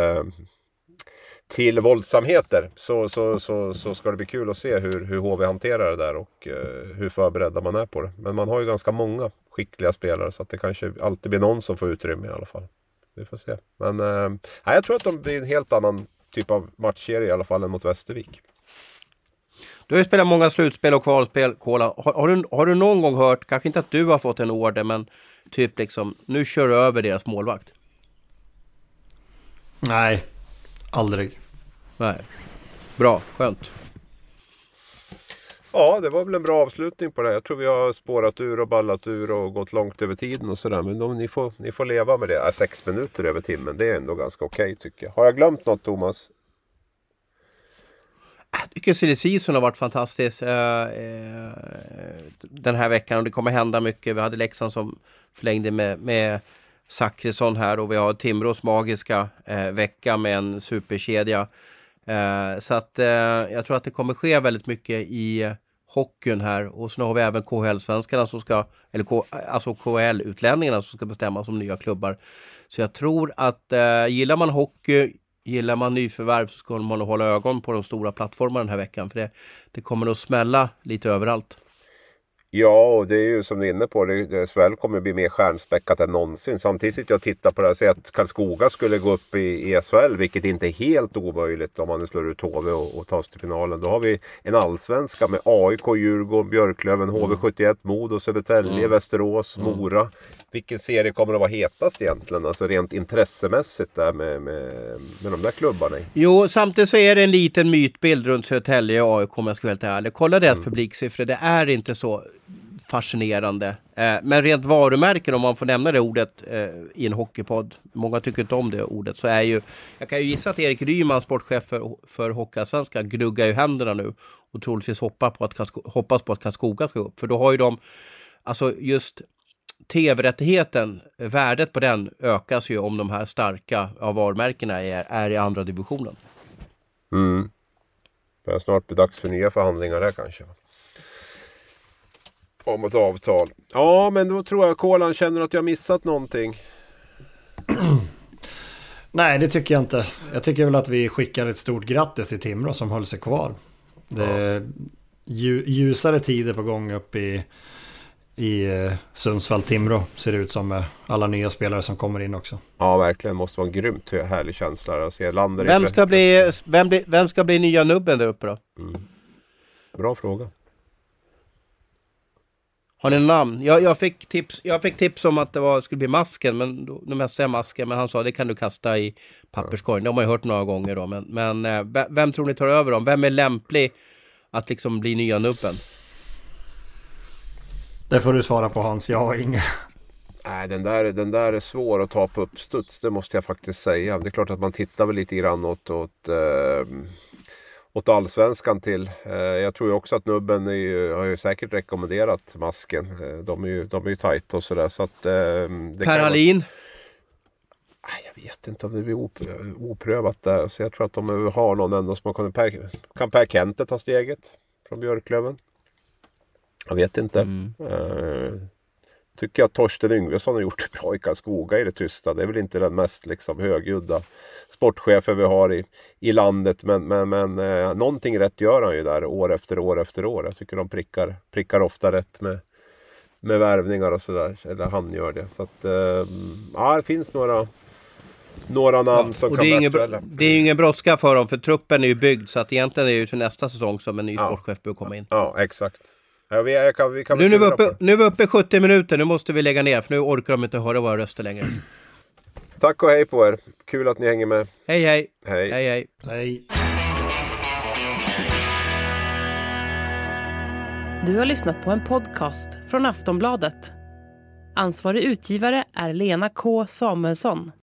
till våldsamheter så ska det bli kul att se hur HV hanterar det där och hur förberedda man är på det. Men man har ju ganska många skickliga spelare så att det kanske alltid blir någon som får utrymme i alla fall. Vi får se. Men jag tror att de blir en helt annan typ av matchserie i alla fall än mot Västervik. Du har ju spelat många slutspel och kvalspel, Kola. Har du någon gång hört, kanske inte att du har fått en order, men typ liksom, nu kör du över deras målvakt? Nej, aldrig. Nej. Bra, skönt. Ja, det var väl en bra avslutning på det. Jag tror vi har spårat ur och ballat ur och gått långt över tiden och sådär. Men ni får leva med det. 6 minuter över timmen, det är ändå ganska okej tycker jag. Har jag glömt något, Thomas? Jag tycker silly season har varit fantastisk den här veckan och det kommer hända mycket. Vi hade Leksand som förlängde med Zachrisson här och vi har Timrås magiska vecka med en superkedja. Så att jag tror att det kommer ske väldigt mycket i hockeyn här och så har vi även KHL-svenskarna som ska, alltså KHL-utlänningarna som ska bestämma som nya klubbar. Så jag tror att gillar man hockey, gillar man nyförvärv så ska man hålla ögon på de stora plattformarna den här veckan. För det kommer att smälla lite överallt. Ja, och det är ju som du är inne på, SHL kommer att bli mer stjärnspäckat än någonsin. Samtidigt sitter jag och tittar på det här och säger att Karlskoga skulle gå upp i SHL, vilket inte är helt omöjligt om man nu slår ut HV och tar sig till finalen. Då har vi en allsvenska med AIK, Djurgården, Björklöven, HV71, Modo, Södertälje, Västerås, Mora. Vilken serie kommer att vara hetast egentligen? Alltså rent intressemässigt där med de där klubbarna. Jo, samtidigt så är det en liten mytbild runt Södertälje och AIK om jag ska vara helt ärlig. Kolla deras publiksiffror, det är inte så fascinerande. Men rent varumärken, om man får nämna det ordet i en hockeypodd, många tycker inte om det ordet, så är ju, jag kan ju gissa att Erik Ryman, sportchef för Hockeyallsvenskan, gnuggar ju händerna nu och troligtvis hoppas på att Karlskoga ska gå upp. För då har ju de, alltså just tv-rättigheten, värdet på den ökas ju om de här starka varumärkena är i andra divisionen. Det är snart bli dags för nya förhandlingar där kanske. Om ett avtal. Ja, men då tror jag Kolan känner att jag missat någonting. Nej, det tycker jag inte. Jag tycker väl att vi skickar ett stort grattis till Timrå som höll sig kvar. Det är ljusare tider på gång upp i Sundsvall-Timrå, ser det ut som, med alla nya spelare som kommer in också. Ja, verkligen. Måste vara en grymt härlig känsla att se Lander. Vem ska bli nya nubben där uppe då? Bra fråga. Har ni namn? Jag fick tips om att det skulle bli Masken, men nu mässade jag Masken, men han sa det kan du kasta i papperskorgen. Det har man ju hört några gånger då, men vem tror ni tar över dem? Vem är lämplig att liksom bli nya nubben? Det får du svara på, Hans, jag har ingen. Nej, den där är svår att ta på uppstuds, det måste jag faktiskt säga. Det är klart att man tittar väl lite grann åt allsvenskan till. Jag tror ju också att nubben har ju säkert rekommenderat Masken. De är ju tajt och sådär. Så att, Per Hallin? Jag vet inte om det blir oprövat där. Så jag tror att de har någon ändå som kan Per Kente ta steget från Björklöven. Jag vet inte. Tycker jag att Torsten Yngvesson har gjort det bra i Karlskoga i det tysta. Det är väl inte den mest liksom högljudda sportchefen vi har i landet. Men någonting rätt gör han ju där år efter år. Jag tycker de prickar ofta rätt med värvningar och sådär. Eller han gör det. Så att det finns några namn som kan vara aktuella. Det är ju ingen brådska för dem, för truppen är ju byggd. Så att egentligen är det ju till nästa säsong som en ny sportchef bör komma in. Ja, exakt. Ja, nu är vi uppe i 70 minuter. Nu måste vi lägga ner, för nu orkar de inte höra våra röster längre. Tack och hej på er. Kul att ni hänger med. Hej. Du har lyssnat på en podcast från Aftonbladet. Ansvarig utgivare är Lena K. Samuelsson.